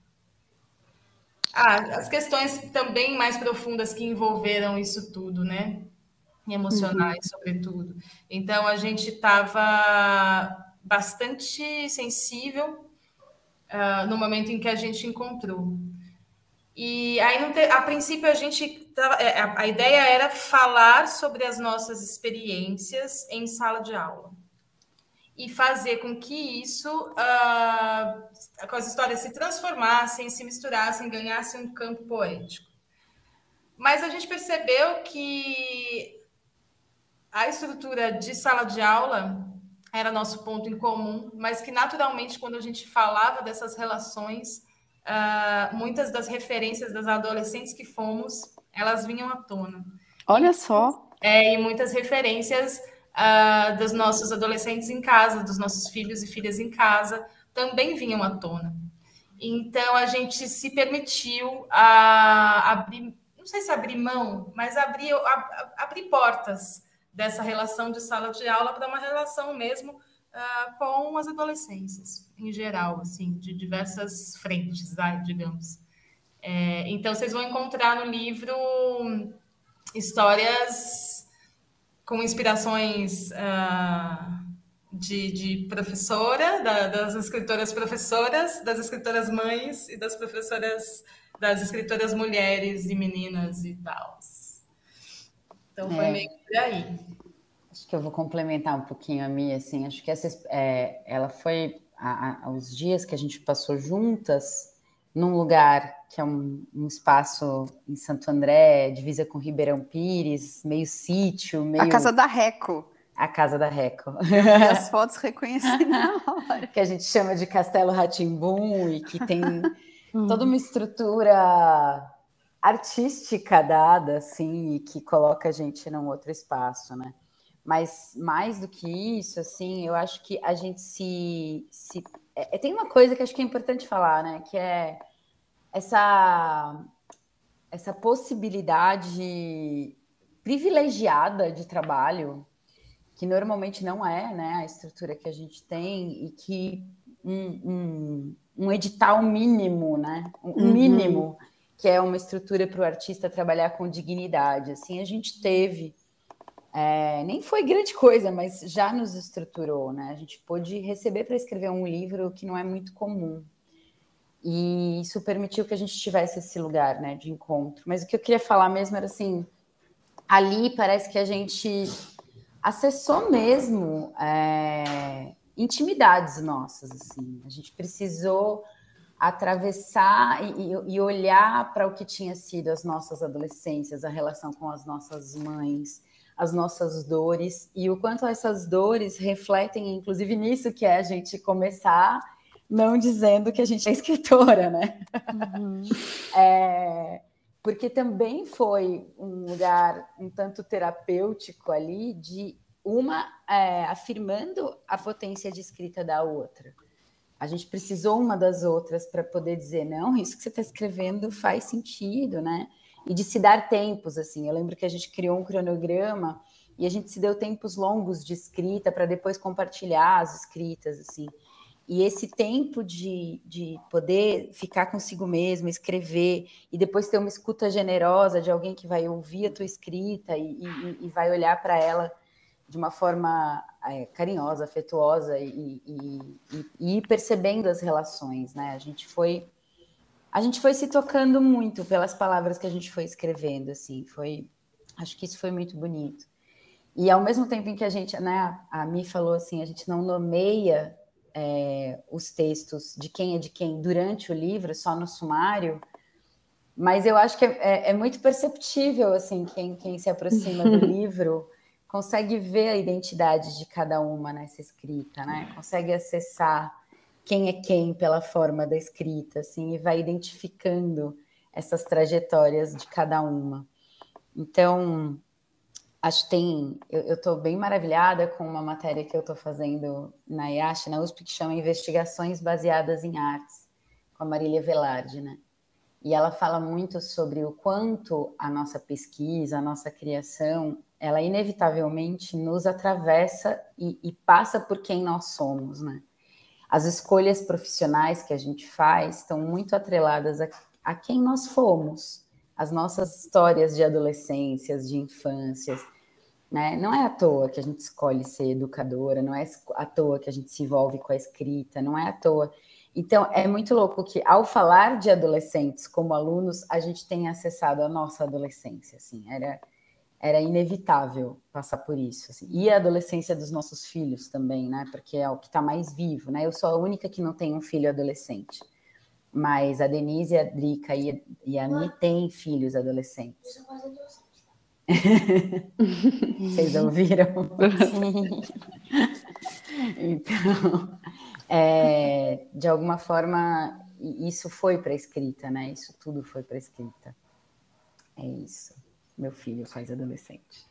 ah, as questões também mais profundas que envolveram isso tudo, né? Emocionais, uhum. sobretudo. Então, a gente estava bastante sensível uh, no momento em que a gente encontrou. E aí, te... a princípio, a gente tava... a ideia era falar sobre as nossas experiências em sala de aula. E fazer com que isso, uh, com as histórias se transformassem, se misturassem, ganhassem um campo poético. Mas a gente percebeu que a estrutura de sala de aula era nosso ponto em comum, mas que naturalmente, quando a gente falava dessas relações, uh, muitas das referências das adolescentes que fomos, elas vinham à tona. Olha e, só! É, e muitas referências Uh, dos nossos adolescentes em casa, dos nossos filhos e filhas em casa, também vinham à tona. Então, a gente se permitiu uh, abrir, não sei se abrir mão, mas abrir, ab, abrir portas dessa relação de sala de aula para uma relação mesmo uh, com as adolescências, em geral, assim, de diversas frentes, digamos. É, então, vocês vão encontrar no livro histórias com inspirações uh, de, de professora, da, das escritoras professoras, das escritoras mães e das professoras, das escritoras mulheres e meninas e tal. Então, foi é. meio por aí. Acho que eu vou complementar um pouquinho a minha, assim, acho que essa, é, ela foi, a, a, os dias que a gente passou juntas, num lugar que é um, um espaço em Santo André, divisa com Ribeirão Pires, meio sítio, meio... A Casa da Reco. A Casa da Reco. E as fotos reconheci na hora. Que a gente chama de Castelo Rá-Tim-Bum e que tem toda uma estrutura artística dada, assim, e que coloca a gente num outro espaço, né? Mas mais do que isso, assim, eu acho que a gente se... se é, tem uma coisa que acho que é importante falar, né? Que é essa, essa possibilidade privilegiada de trabalho, que normalmente não é, né, a estrutura que a gente tem, e que um, um, um edital mínimo, né? Um uhum. mínimo, que é uma estrutura para o artista trabalhar com dignidade. Assim, a gente teve... É, nem foi grande coisa, mas já nos estruturou, né? A gente pôde receber para escrever um livro que não é muito comum. E isso permitiu que a gente tivesse esse lugar, né, de encontro. Mas o que eu queria falar mesmo era assim, ali parece que a gente acessou mesmo é, intimidades nossas, assim. A gente precisou atravessar e, e olhar para o que tinha sido as nossas adolescências, a relação com as nossas mães, as nossas dores, e o quanto essas dores refletem, inclusive, nisso que é a gente começar não dizendo que a gente é escritora, né? Uhum. É, porque também foi um lugar um tanto terapêutico ali, de uma é, afirmando a potência de escrita da outra. A gente precisou uma das outras para poder dizer, não, isso que você está escrevendo faz sentido, né? E de se dar tempos, assim. Eu lembro que a gente criou um cronograma e a gente se deu tempos longos de escrita para depois compartilhar as escritas, assim. E esse tempo de, de poder ficar consigo mesmo, escrever, e depois ter uma escuta generosa de alguém que vai ouvir a tua escrita e, e, e vai olhar para ela de uma forma é, carinhosa, afetuosa e, e, e, e ir percebendo as relações, né? A gente foi, a gente foi se tocando muito pelas palavras que a gente foi escrevendo, assim, foi, acho que isso foi muito bonito. E ao mesmo tempo em que a gente, né, a Mi falou assim, a gente não nomeia é, os textos de quem é de quem durante o livro, só no sumário, mas eu acho que é, é, é muito perceptível, assim, quem, quem se aproxima do livro consegue ver a identidade de cada uma nessa escrita, né? Consegue acessar quem é quem pela forma da escrita, assim, e vai identificando essas trajetórias de cada uma. Então, acho que tem... Eu estou bem maravilhada com uma matéria que eu estou fazendo na I A S H, na U S P, que chama Investigações Baseadas em Artes, com a Marília Velarde, né? E ela fala muito sobre o quanto a nossa pesquisa, a nossa criação, ela inevitavelmente nos atravessa e, e passa por quem nós somos, né? As escolhas profissionais que a gente faz estão muito atreladas a, a quem nós fomos, as nossas histórias de adolescências, de infâncias, né? Não é à toa que a gente escolhe ser educadora, não é à toa que a gente se envolve com a escrita, não é à toa. Então, é muito louco que, ao falar de adolescentes como alunos, a gente tem acessado a nossa adolescência, assim, era, era inevitável passar por isso, assim. E a adolescência dos nossos filhos também, né, porque é o que está mais vivo, né, eu sou a única que não tem um filho adolescente, mas a Denise, a Drica e a, e a Mi têm filhos adolescentes. Eu sou quase adolescente. Vocês ouviram? Então... É, de alguma forma, isso foi para a escrita, né? Isso tudo foi para a escrita. É isso. Meu filho faz adolescente.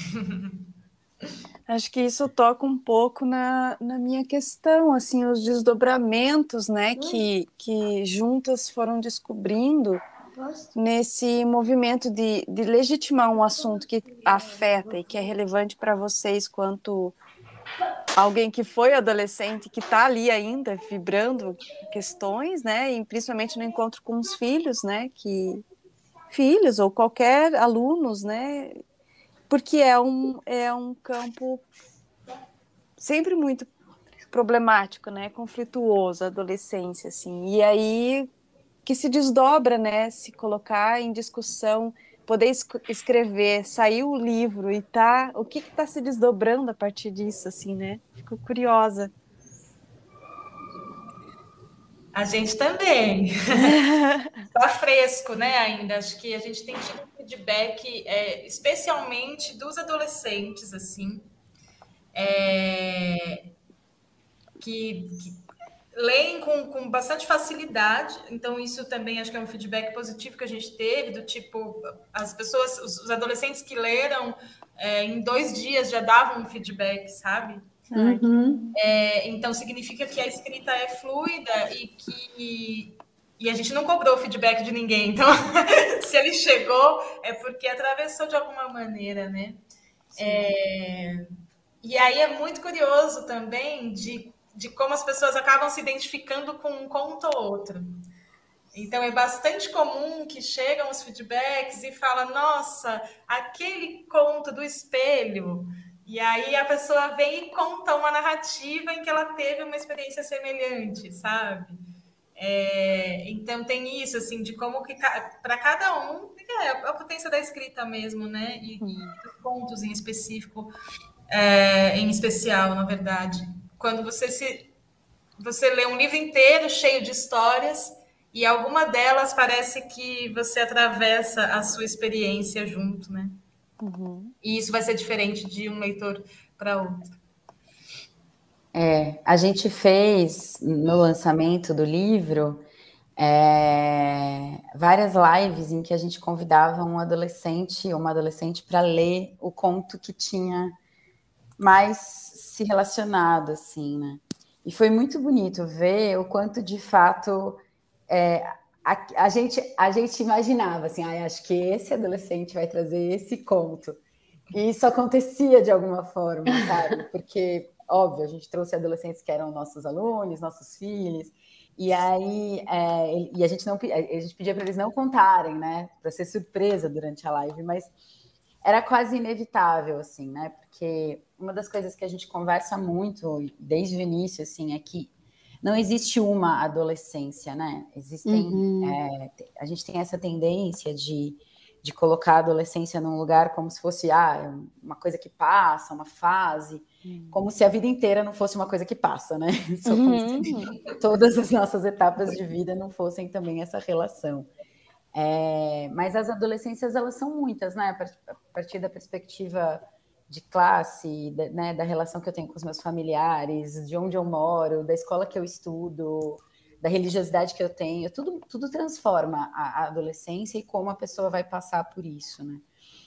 Acho que isso toca um pouco na, na minha questão, assim, os desdobramentos, né, que, que juntas foram descobrindo nesse movimento de, de legitimar um assunto que afeta e que é relevante para vocês quanto alguém que foi adolescente, que está ali ainda vibrando questões, né, e principalmente no encontro com os filhos, né, que filhos ou qualquer alunos, né, porque é um, é um campo sempre muito problemático, né, conflituoso, a adolescência, assim, e aí que se desdobra, né, se colocar em discussão, poder escrever, sair o livro e tá, o que está se desdobrando a partir disso, assim, né? Fico curiosa. A gente também. Está fresco, né, ainda. Acho que a gente tem tido um feedback, é, especialmente dos adolescentes, assim, é, que, que leem com, com bastante facilidade, então isso também acho que é um feedback positivo que a gente teve, do tipo, as pessoas, os, os adolescentes que leram é, em dois dias já davam um feedback, sabe? Uhum. É, então significa que a escrita é fluida e que e a gente não cobrou o feedback de ninguém, então se ele chegou é porque atravessou de alguma maneira, né? É, e aí é muito curioso também de de como as pessoas acabam se identificando com um conto ou outro. Então, é bastante comum que chegam os feedbacks e falam, nossa, aquele conto do espelho. E aí a pessoa vem e conta uma narrativa em que ela teve uma experiência semelhante, sabe? É, então, tem isso, assim, de como que para cada um, é a potência da escrita mesmo, né? E, e dos contos em específico, é, em especial, na verdade. Quando você se você lê um livro inteiro cheio de histórias e alguma delas parece que você atravessa a sua experiência junto, né? Uhum. E isso vai ser diferente de um leitor para outro. É, a gente fez no lançamento do livro é, várias lives em que a gente convidava um adolescente ou uma adolescente para ler o conto que tinha mais se relacionado, assim, né? E foi muito bonito ver o quanto, de fato, é, a, a, gente, a gente imaginava, assim, ah, acho que esse adolescente vai trazer esse conto. E isso acontecia de alguma forma, sabe? Porque, óbvio, a gente trouxe adolescentes que eram nossos alunos, nossos filhos, e aí é, e a gente, não, a gente pedia para eles não contarem, né? Para ser surpresa durante a live, mas era quase inevitável, assim, né? Porque uma das coisas que a gente conversa muito desde o início, assim, é que não existe uma adolescência, né? Existem, Uhum. é, a gente tem essa tendência de, de colocar a adolescência num lugar como se fosse ah, uma coisa que passa, uma fase, uhum. como se a vida inteira não fosse uma coisa que passa, né? Só como uhum. se todas as nossas etapas de vida não fossem também essa relação. É, mas as adolescências, elas são muitas, né? A partir da perspectiva de classe, da, né, da relação que eu tenho com os meus familiares, de onde eu moro, da escola que eu estudo, da religiosidade que eu tenho, tudo, tudo transforma a, a adolescência e como a pessoa vai passar por isso, né?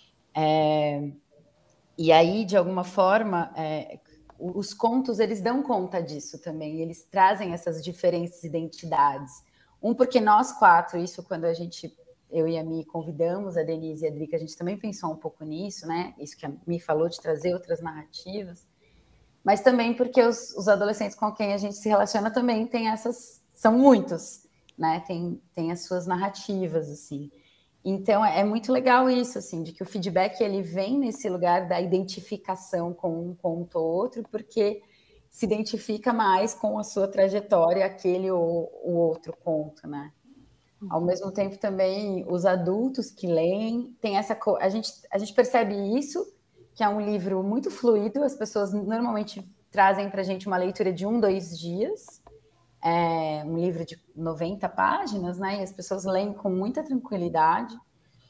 É, e aí, de alguma forma, é, os contos, eles dão conta disso também, eles trazem essas diferentes identidades. Um, porque nós quatro, isso quando a gente, eu e a Mi convidamos a Denise e a Drica, a gente também pensou um pouco nisso, né? Isso que a Mi falou de trazer outras narrativas, mas também porque os, os adolescentes com quem a gente se relaciona também tem essas, são muitos, né? Tem, tem as suas narrativas, assim. Então, é muito legal isso, assim, de que o feedback, ele vem nesse lugar da identificação com um conto ou outro, porque se identifica mais com a sua trajetória, aquele ou o outro conto, né? Ao mesmo tempo, também, os adultos que leem, tem essa... Co- a, gente, a gente percebe isso, que é um livro muito fluido, as pessoas normalmente trazem para a gente uma leitura de um, dois dias, é um livro de noventa páginas, né? E as pessoas leem com muita tranquilidade.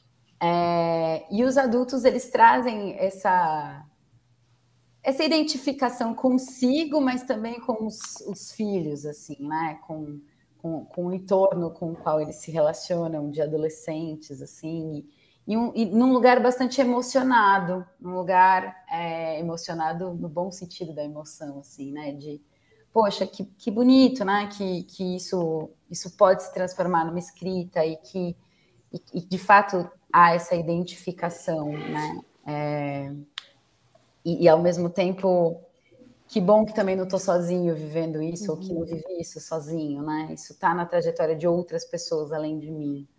É, e os adultos, eles trazem essa... essa identificação consigo, mas também com os, os filhos, assim, né? Com, com, com o entorno com o qual eles se relacionam, de adolescentes, assim, e, e, um, e num lugar bastante emocionado, num lugar é, emocionado no bom sentido da emoção, assim, né? De, poxa, que, que bonito, né? Que, que isso, isso pode se transformar numa escrita e que, e, e de fato, há essa identificação, né? É, E, e, ao mesmo tempo, que bom que também não estou sozinho vivendo isso, uhum. ou que não vivi isso sozinho, né? Isso está na trajetória de outras pessoas além de mim.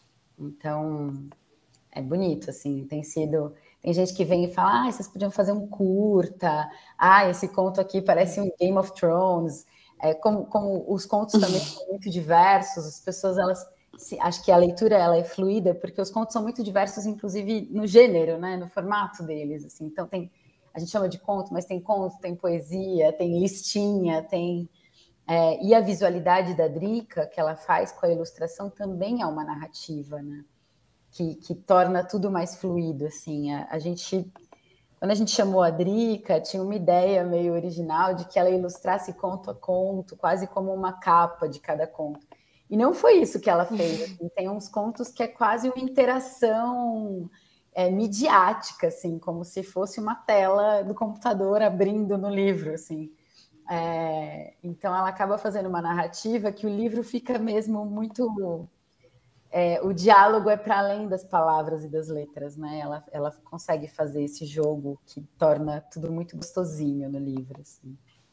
Então, é bonito, assim, tem sido... Tem gente que vem e fala, ah, vocês podiam fazer um curta, ah, esse conto aqui parece um Game of Thrones. É, como, como os contos também são muito diversos, as pessoas, elas... Acho que a leitura, ela é fluida, porque os contos são muito diversos, inclusive no gênero, né? No formato deles, assim. Então, tem... A gente chama de conto, mas tem conto, tem poesia, tem listinha, tem... É, e a visualidade da Drica, que ela faz com a ilustração, também é uma narrativa, né? Que, que torna tudo mais fluido, assim. A, a gente... Quando a gente chamou a Drica, tinha uma ideia meio original de que ela ilustrasse conto a conto, quase como uma capa de cada conto. E não foi isso que ela fez. Assim. Tem uns contos que é quase uma interação... É, midiática, assim, como se fosse uma tela do computador abrindo no livro, assim. É, então, ela acaba fazendo uma narrativa que o livro fica mesmo muito... É, o diálogo é para além das palavras e das letras, né? Ela, ela consegue fazer esse jogo que torna tudo muito gostosinho no livro, assim.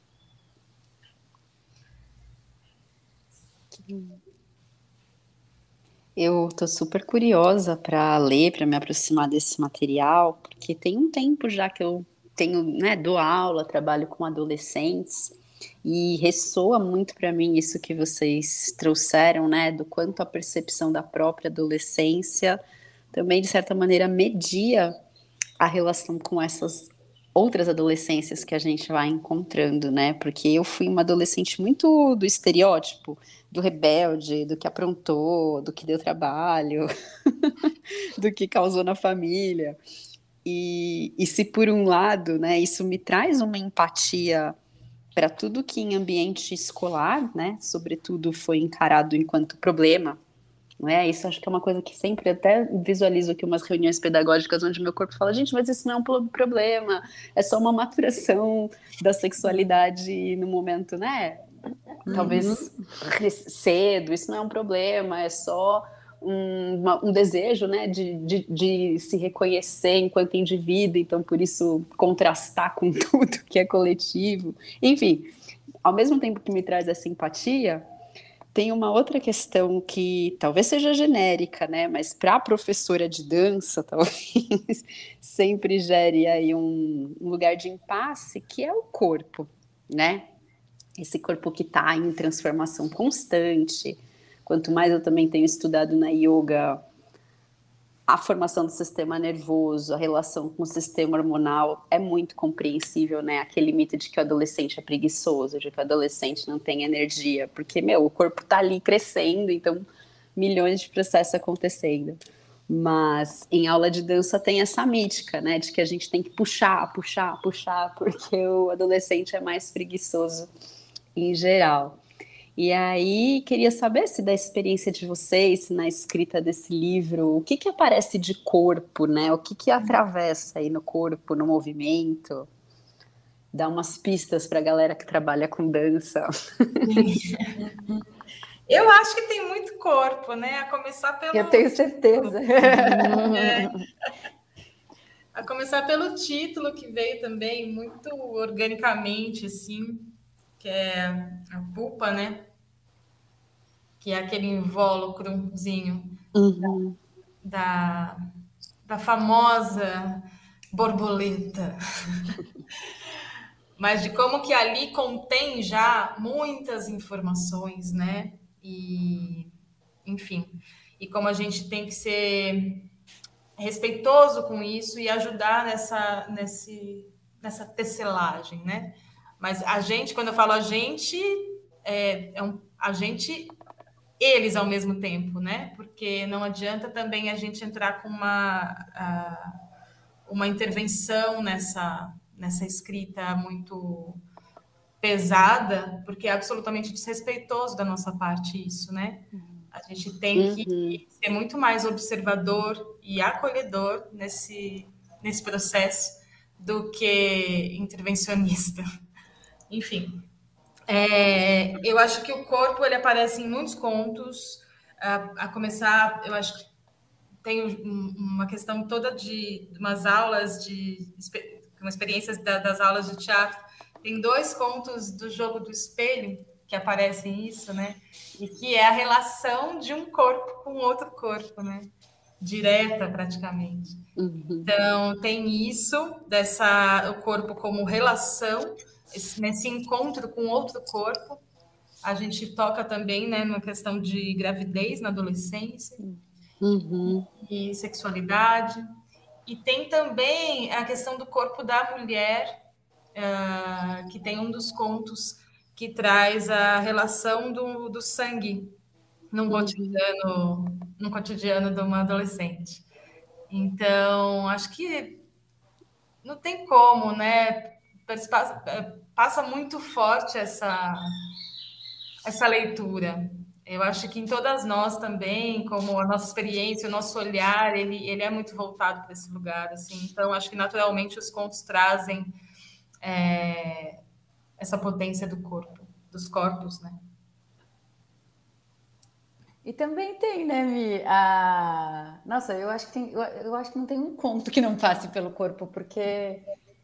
Eu tô super curiosa para ler, para me aproximar desse material, porque tem um tempo já que eu tenho, né, dou aula, trabalho com adolescentes, e ressoa muito para mim isso que vocês trouxeram, né, do quanto a percepção da própria adolescência também, de certa maneira, media a relação com essas outras adolescências que a gente vai encontrando, né? Porque eu fui uma adolescente muito do estereótipo, do rebelde, do que aprontou, do que deu trabalho, do que causou na família. E, e se por um lado, né, isso me traz uma empatia para tudo que em ambiente escolar, né, sobretudo foi encarado enquanto problema, não é? Isso acho que é uma coisa que sempre até visualizo aqui umas reuniões pedagógicas onde meu corpo fala, gente, mas isso não é um problema, é só uma maturação da sexualidade no momento, né? Talvez uhum. cedo, isso não é um problema, é só um, uma, um desejo, né, de, de, de se reconhecer enquanto indivíduo, então por isso contrastar com tudo que é coletivo. Enfim, ao mesmo tempo que me traz essa empatia, Tem uma outra questão que talvez seja genérica, né? Mas para a professora de dança, talvez sempre gere aí um, um lugar de impasse, que é o corpo, né? Esse corpo que está em transformação constante. Quanto mais eu também tenho estudado na yoga, a formação do sistema nervoso, a relação com o sistema hormonal é muito compreensível, né? Aquele mito de que o adolescente é preguiçoso, de que o adolescente não tem energia, porque, meu, o corpo tá ali crescendo, então milhões de processos acontecendo. Mas em aula de dança tem essa mítica, né? De que a gente tem que puxar, puxar, puxar, porque o adolescente é mais preguiçoso em geral. E aí, queria saber se da experiência de vocês, na escrita desse livro, o que que aparece de corpo, né? O que que atravessa aí no corpo, no movimento? Dá umas pistas para a galera que trabalha com dança. Eu acho que tem muito corpo, né? A começar pelo... Eu tenho certeza. É. A começar pelo título, que veio também muito organicamente, assim, que é a pupa, né? Que é aquele invólucrozinho Uhum. da, da famosa borboleta. Mas de como que ali contém já muitas informações, né? E, enfim, e como a gente tem que ser respeitoso com isso e ajudar nessa, nesse, nessa tecelagem, né? Mas a gente, quando eu falo a gente, é, é um, a gente, eles ao mesmo tempo, né? Porque não adianta também a gente entrar com uma, uh, uma intervenção nessa, nessa escrita muito pesada, porque é absolutamente desrespeitoso da nossa parte isso, né? A gente tem que uhum. ser muito mais observador e acolhedor nesse, nesse processo do que intervencionista. Enfim, é, eu acho que o corpo ele aparece em muitos contos, a, a começar, eu acho que tem uma questão toda de, de umas aulas, de uma experiência das aulas de teatro. Tem dois contos do Jogo do Espelho que aparecem isso, né? E que é a relação de um corpo com outro corpo, né? Direta, praticamente. Uhum. Então, tem isso, dessa, o corpo como relação, esse, nesse encontro com outro corpo. A gente toca também, né, na questão de gravidez na adolescência, uhum. e, e sexualidade. E tem também a questão do corpo da mulher, uh, que tem um dos contos que traz a relação do, do sangue num cotidiano, num cotidiano de uma adolescente. Então, acho que não tem como, né? Passa, passa muito forte essa, essa leitura. Eu acho que em todas nós também, como a nossa experiência, o nosso olhar, ele, ele é muito voltado para esse lugar, assim. Então, acho que naturalmente os contos trazem é, essa potência do corpo, dos corpos, né? E também tem, né, Mi? A... Nossa, eu acho que tem, eu, eu acho que não tem um conto que não passe pelo corpo, porque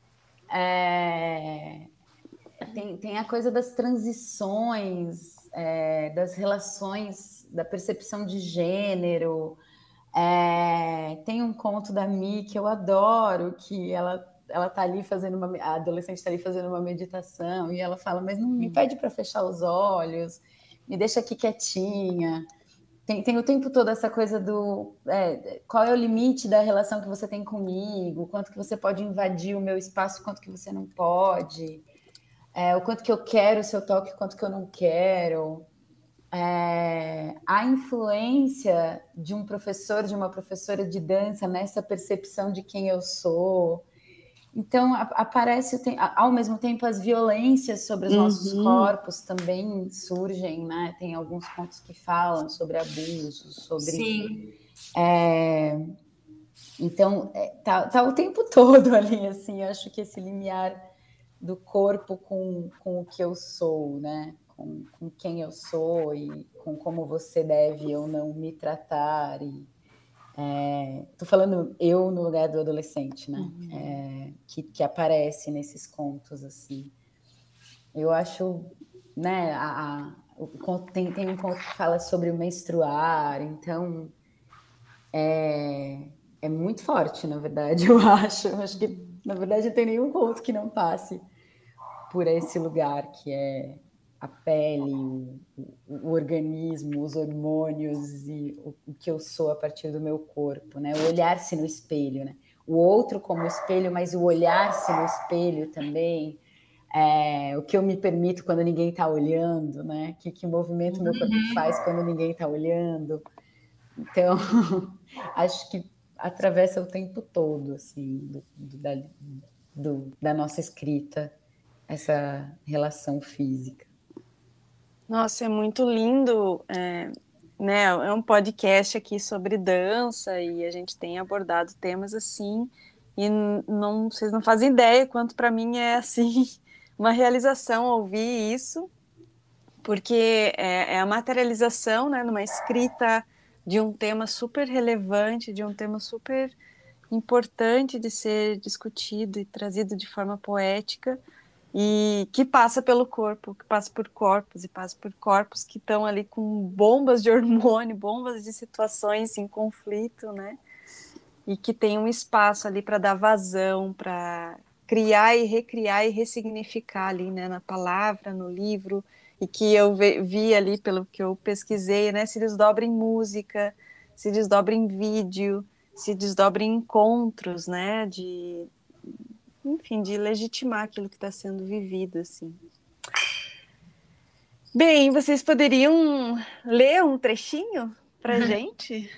é, tem, tem a coisa das transições, é, das relações, da percepção de gênero. É, tem um conto da Mi que eu adoro, que ela ela tá ali fazendo uma, a adolescente está ali fazendo uma meditação e ela fala, mas não me pede para fechar os olhos, me deixa aqui quietinha. Tem, tem o tempo todo essa coisa do é, qual é o limite da relação que você tem comigo, quanto que você pode invadir o meu espaço, quanto que você não pode, é, o quanto que eu quero o seu toque, quanto que eu não quero. É, a influência de um professor, de uma professora de dança nessa percepção de quem eu sou. Então, aparece, ao mesmo tempo, as violências sobre os uhum. nossos corpos também surgem, né? Tem alguns contos que falam sobre abusos, sobre... Sim. É, então, é, tá, tá o tempo todo ali, assim, acho que esse limiar do corpo com, com o que eu sou, né? Com, com quem eu sou e com como você deve ou não me tratar e... É, tô falando eu no lugar do adolescente, né? Uhum. É, que, que aparece nesses contos, assim. Eu acho, né, a, a, tem, tem um conto que fala sobre o menstruar, então é, é muito forte, na verdade, eu acho. Eu acho que, na verdade, não tem nenhum conto que não passe por esse lugar que é a pele, o, o organismo, os hormônios e o, o que eu sou a partir do meu corpo, né? O olhar-se no espelho, né? O outro como espelho, mas o olhar-se no espelho também, é, o que eu me permito quando ninguém está olhando, né? Que, que movimento meu corpo faz quando ninguém está olhando. Então, acho que atravessa o tempo todo, assim, do, do, da, do, da nossa escrita, essa relação física. Nossa, é muito lindo, é, né? É um podcast aqui sobre dança e a gente tem abordado temas assim e não, vocês não fazem ideia quanto para mim é assim uma realização ouvir isso, porque é, é a materialização, né, numa escrita de um tema super relevante, de um tema super importante de ser discutido e trazido de forma poética. E que passa pelo corpo, que passa por corpos, e passa por corpos que estão ali com bombas de hormônio, bombas de situações em conflito, né? E que tem um espaço ali para dar vazão, para criar e recriar e ressignificar ali, né? Na palavra, no livro, e que eu vi ali, pelo que eu pesquisei, né? Se desdobra em música, se desdobra em vídeo, se desdobra em encontros, né? De... enfim, de legitimar aquilo que está sendo vivido, assim. Bem, vocês poderiam ler um trechinho pra gente?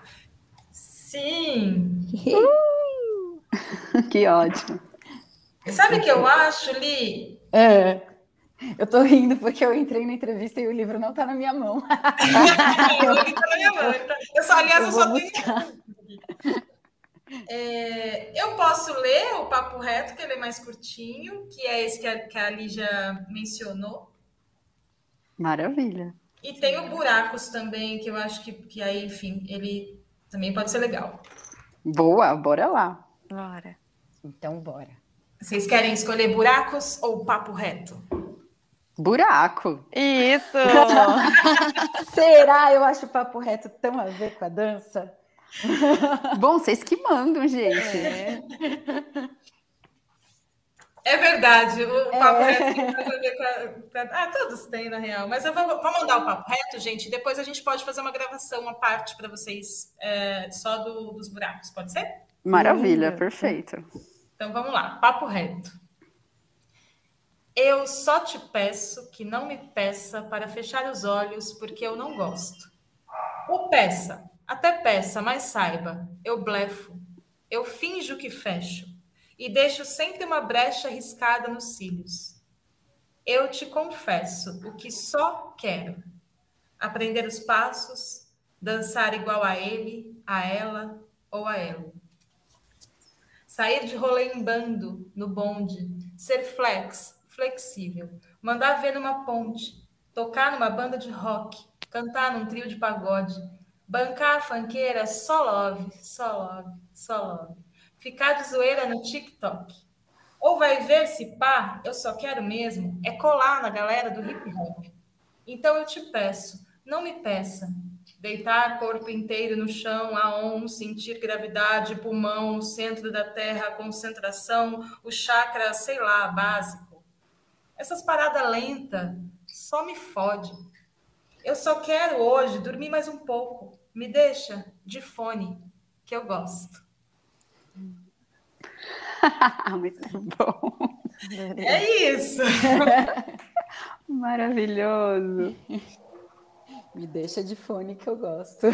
Sim! Uh! Que ótimo! Sabe o que eu acho, Li? É, eu tô rindo porque eu entrei na entrevista e o livro não tá na minha mão. Ele tá na minha mão. Eu só, aliás, eu, eu só buscar. tenho... É, eu posso ler o Papo Reto, que ele é mais curtinho, que é esse que a, que a Lígia mencionou. Maravilha. E tem o Buracos também, que eu acho que, que aí, enfim, ele também pode ser legal. Boa, bora lá. Bora. Então, bora. Vocês querem escolher Buracos ou Papo Reto? Buraco. Isso! Será? Eu acho o Papo Reto tão a ver com a dança. Bom, vocês que mandam, gente. É, é verdade, o Papo é. Reto tem mais a ver com a... Ah, todos têm, na real. Mas eu vou, vou mandar o Papo Reto, gente, e depois a gente pode fazer uma gravação, uma parte para vocês é, só do, dos buracos, pode ser? Maravilha, Lindo. Perfeito. Então vamos lá, Papo Reto. Eu só te peço que não me peça para fechar os olhos, porque eu não gosto. Ou peça, até peça, mas saiba, eu blefo, eu finjo que fecho e deixo sempre uma brecha riscada nos cílios. Eu te confesso o que só quero: aprender os passos, dançar igual a ele, a ela ou a ela. Sair de rolê em bando, no bonde, ser flex, flexível, mandar ver numa ponte, tocar numa banda de rock, cantar num trio de pagode, bancar a funkeira só love, só love, só love, ficar de zoeira no TikTok. Ou vai ver se pá, eu só quero mesmo é colar na galera do hip hop. Então eu te peço, não me peça. Deitar corpo inteiro no chão, a on, sentir gravidade, pulmão, no centro da terra, concentração, o chakra, sei lá, básico. Essas paradas lentas só me fode. Eu só quero hoje dormir mais um pouco. Me deixa de fone, que eu gosto. Muito bom. É isso. Maravilhoso. Me deixa de fone que eu gosto.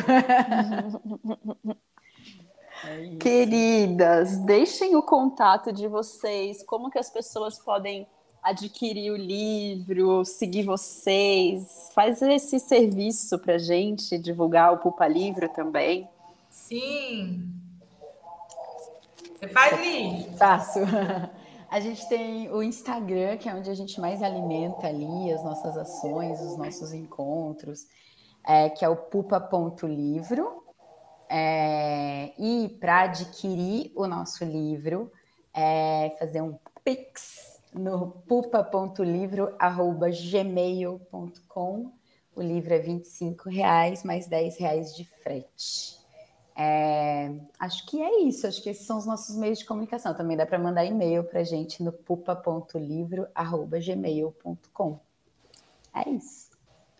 É isso. Queridas, deixem o contato de vocês, como que as pessoas podem adquirir o livro, seguir vocês, faz esse serviço pra gente, divulgar o Pupa Livro também. Sim. Você faz, Li? Faço. A gente tem o Instagram, que é onde a gente mais alimenta ali as nossas ações, os nossos encontros, é, que é o pupa ponto livro. É, e para adquirir o nosso livro, é fazer um pix no pupa ponto livro arroba gmail ponto com. O livro é vinte e cinco reais, mais dez reais de frete. É, acho que é isso, acho que esses são os nossos meios de comunicação. Também dá para mandar e-mail para a gente no pupa ponto livro arroba gmail ponto com. É isso.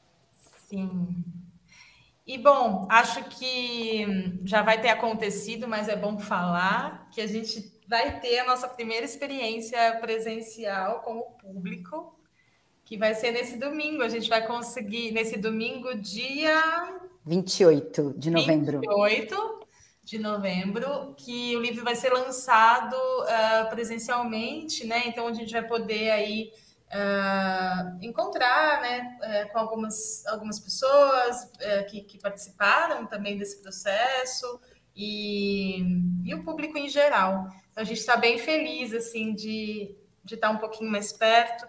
Sim. E, bom, acho que já vai ter acontecido, mas é bom falar que a gente vai ter a nossa primeira experiência presencial com o público, que vai ser nesse domingo. A gente vai conseguir, nesse domingo, dia... vinte e oito de novembro. vinte e oito de novembro, que o livro vai ser lançado uh, presencialmente, né? Então, a gente vai poder aí... Uh, encontrar, né, uh, com algumas, algumas pessoas uh, que, que participaram também desse processo e, e o público em geral. Então, a gente está bem feliz assim, de, de estar um pouquinho mais perto,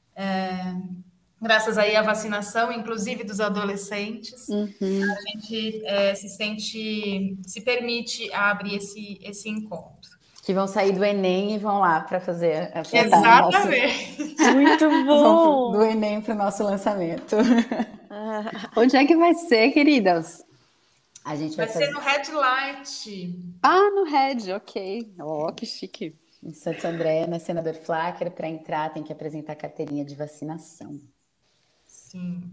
uh, graças aí à vacinação, inclusive dos adolescentes. Uhum. A gente uh, se sente, se permite abrir esse, esse encontro. Que vão sair do Enem e vão lá para fazer... Pra Exatamente. Nosso... Muito bom! Do Enem para o nosso lançamento. Onde é que vai ser, queridas? A gente vai, vai fazer... ser no Red Light. Ah, no Red, ok. Oh, que chique. Em Santo André, na Senador Flacker. Para entrar, tem que apresentar a carteirinha de vacinação. Sim.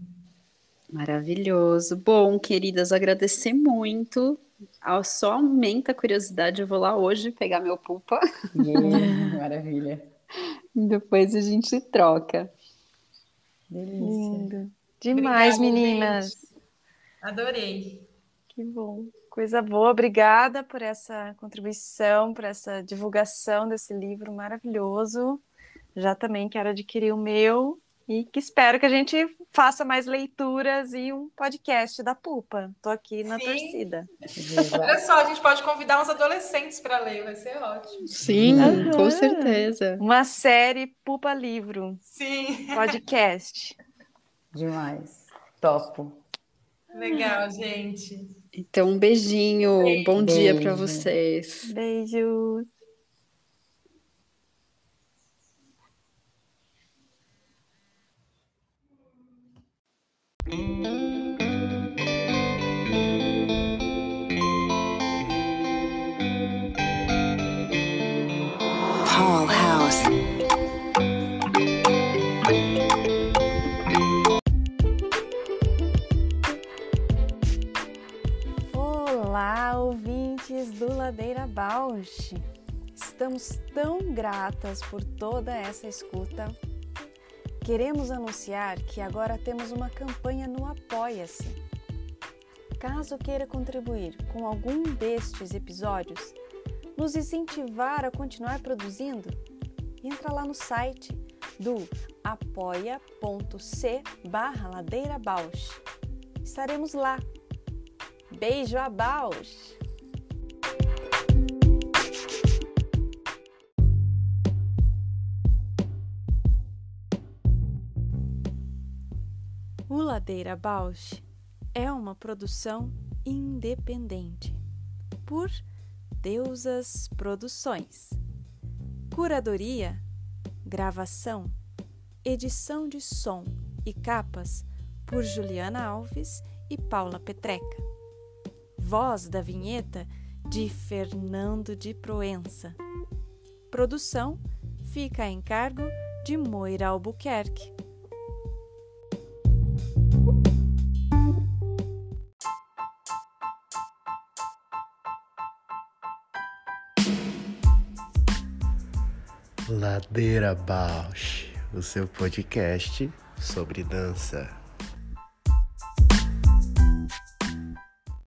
Maravilhoso. Bom, queridas, agradecer muito. Só aumenta a curiosidade. Eu vou lá hoje pegar meu pupa. Yeah, maravilha. Depois a gente troca. Delícia. Lindo. Demais, Obrigada, meninas. gente. Adorei. Que bom. Coisa boa. Obrigada por essa contribuição, por essa divulgação desse livro maravilhoso. Já também quero adquirir o meu. E que espero que a gente faça mais leituras e um podcast da Pupa. Estou aqui na Sim. torcida. Olha só, a gente pode convidar uns adolescentes para ler, vai ser ótimo. Sim, Uhum. com certeza. Uma série Pupa Livro. Sim. Podcast. Demais. Topo. Legal, gente. Então, um beijinho. Beijo. Bom dia Beijo. para vocês. Beijos. Paul House. Olá, ouvintes do Ladeira Bausch. Estamos tão gratas por toda essa escuta. Queremos anunciar que agora temos uma campanha no Apoia-se. Caso queira contribuir com algum destes episódios, nos incentivar a continuar produzindo, entra lá no site do apoia.c barra Ladeira Bausch. Estaremos lá. Beijo a Bausch! O Ladeira Bausch é uma produção independente por Deusas Produções. Curadoria, gravação, edição de som e capas por Juliana Alves e Paula Petreca. Voz da vinheta de Fernando de Proença. Produção fica a encargo de Moira Albuquerque. Ladeira Bausch, o seu podcast sobre dança.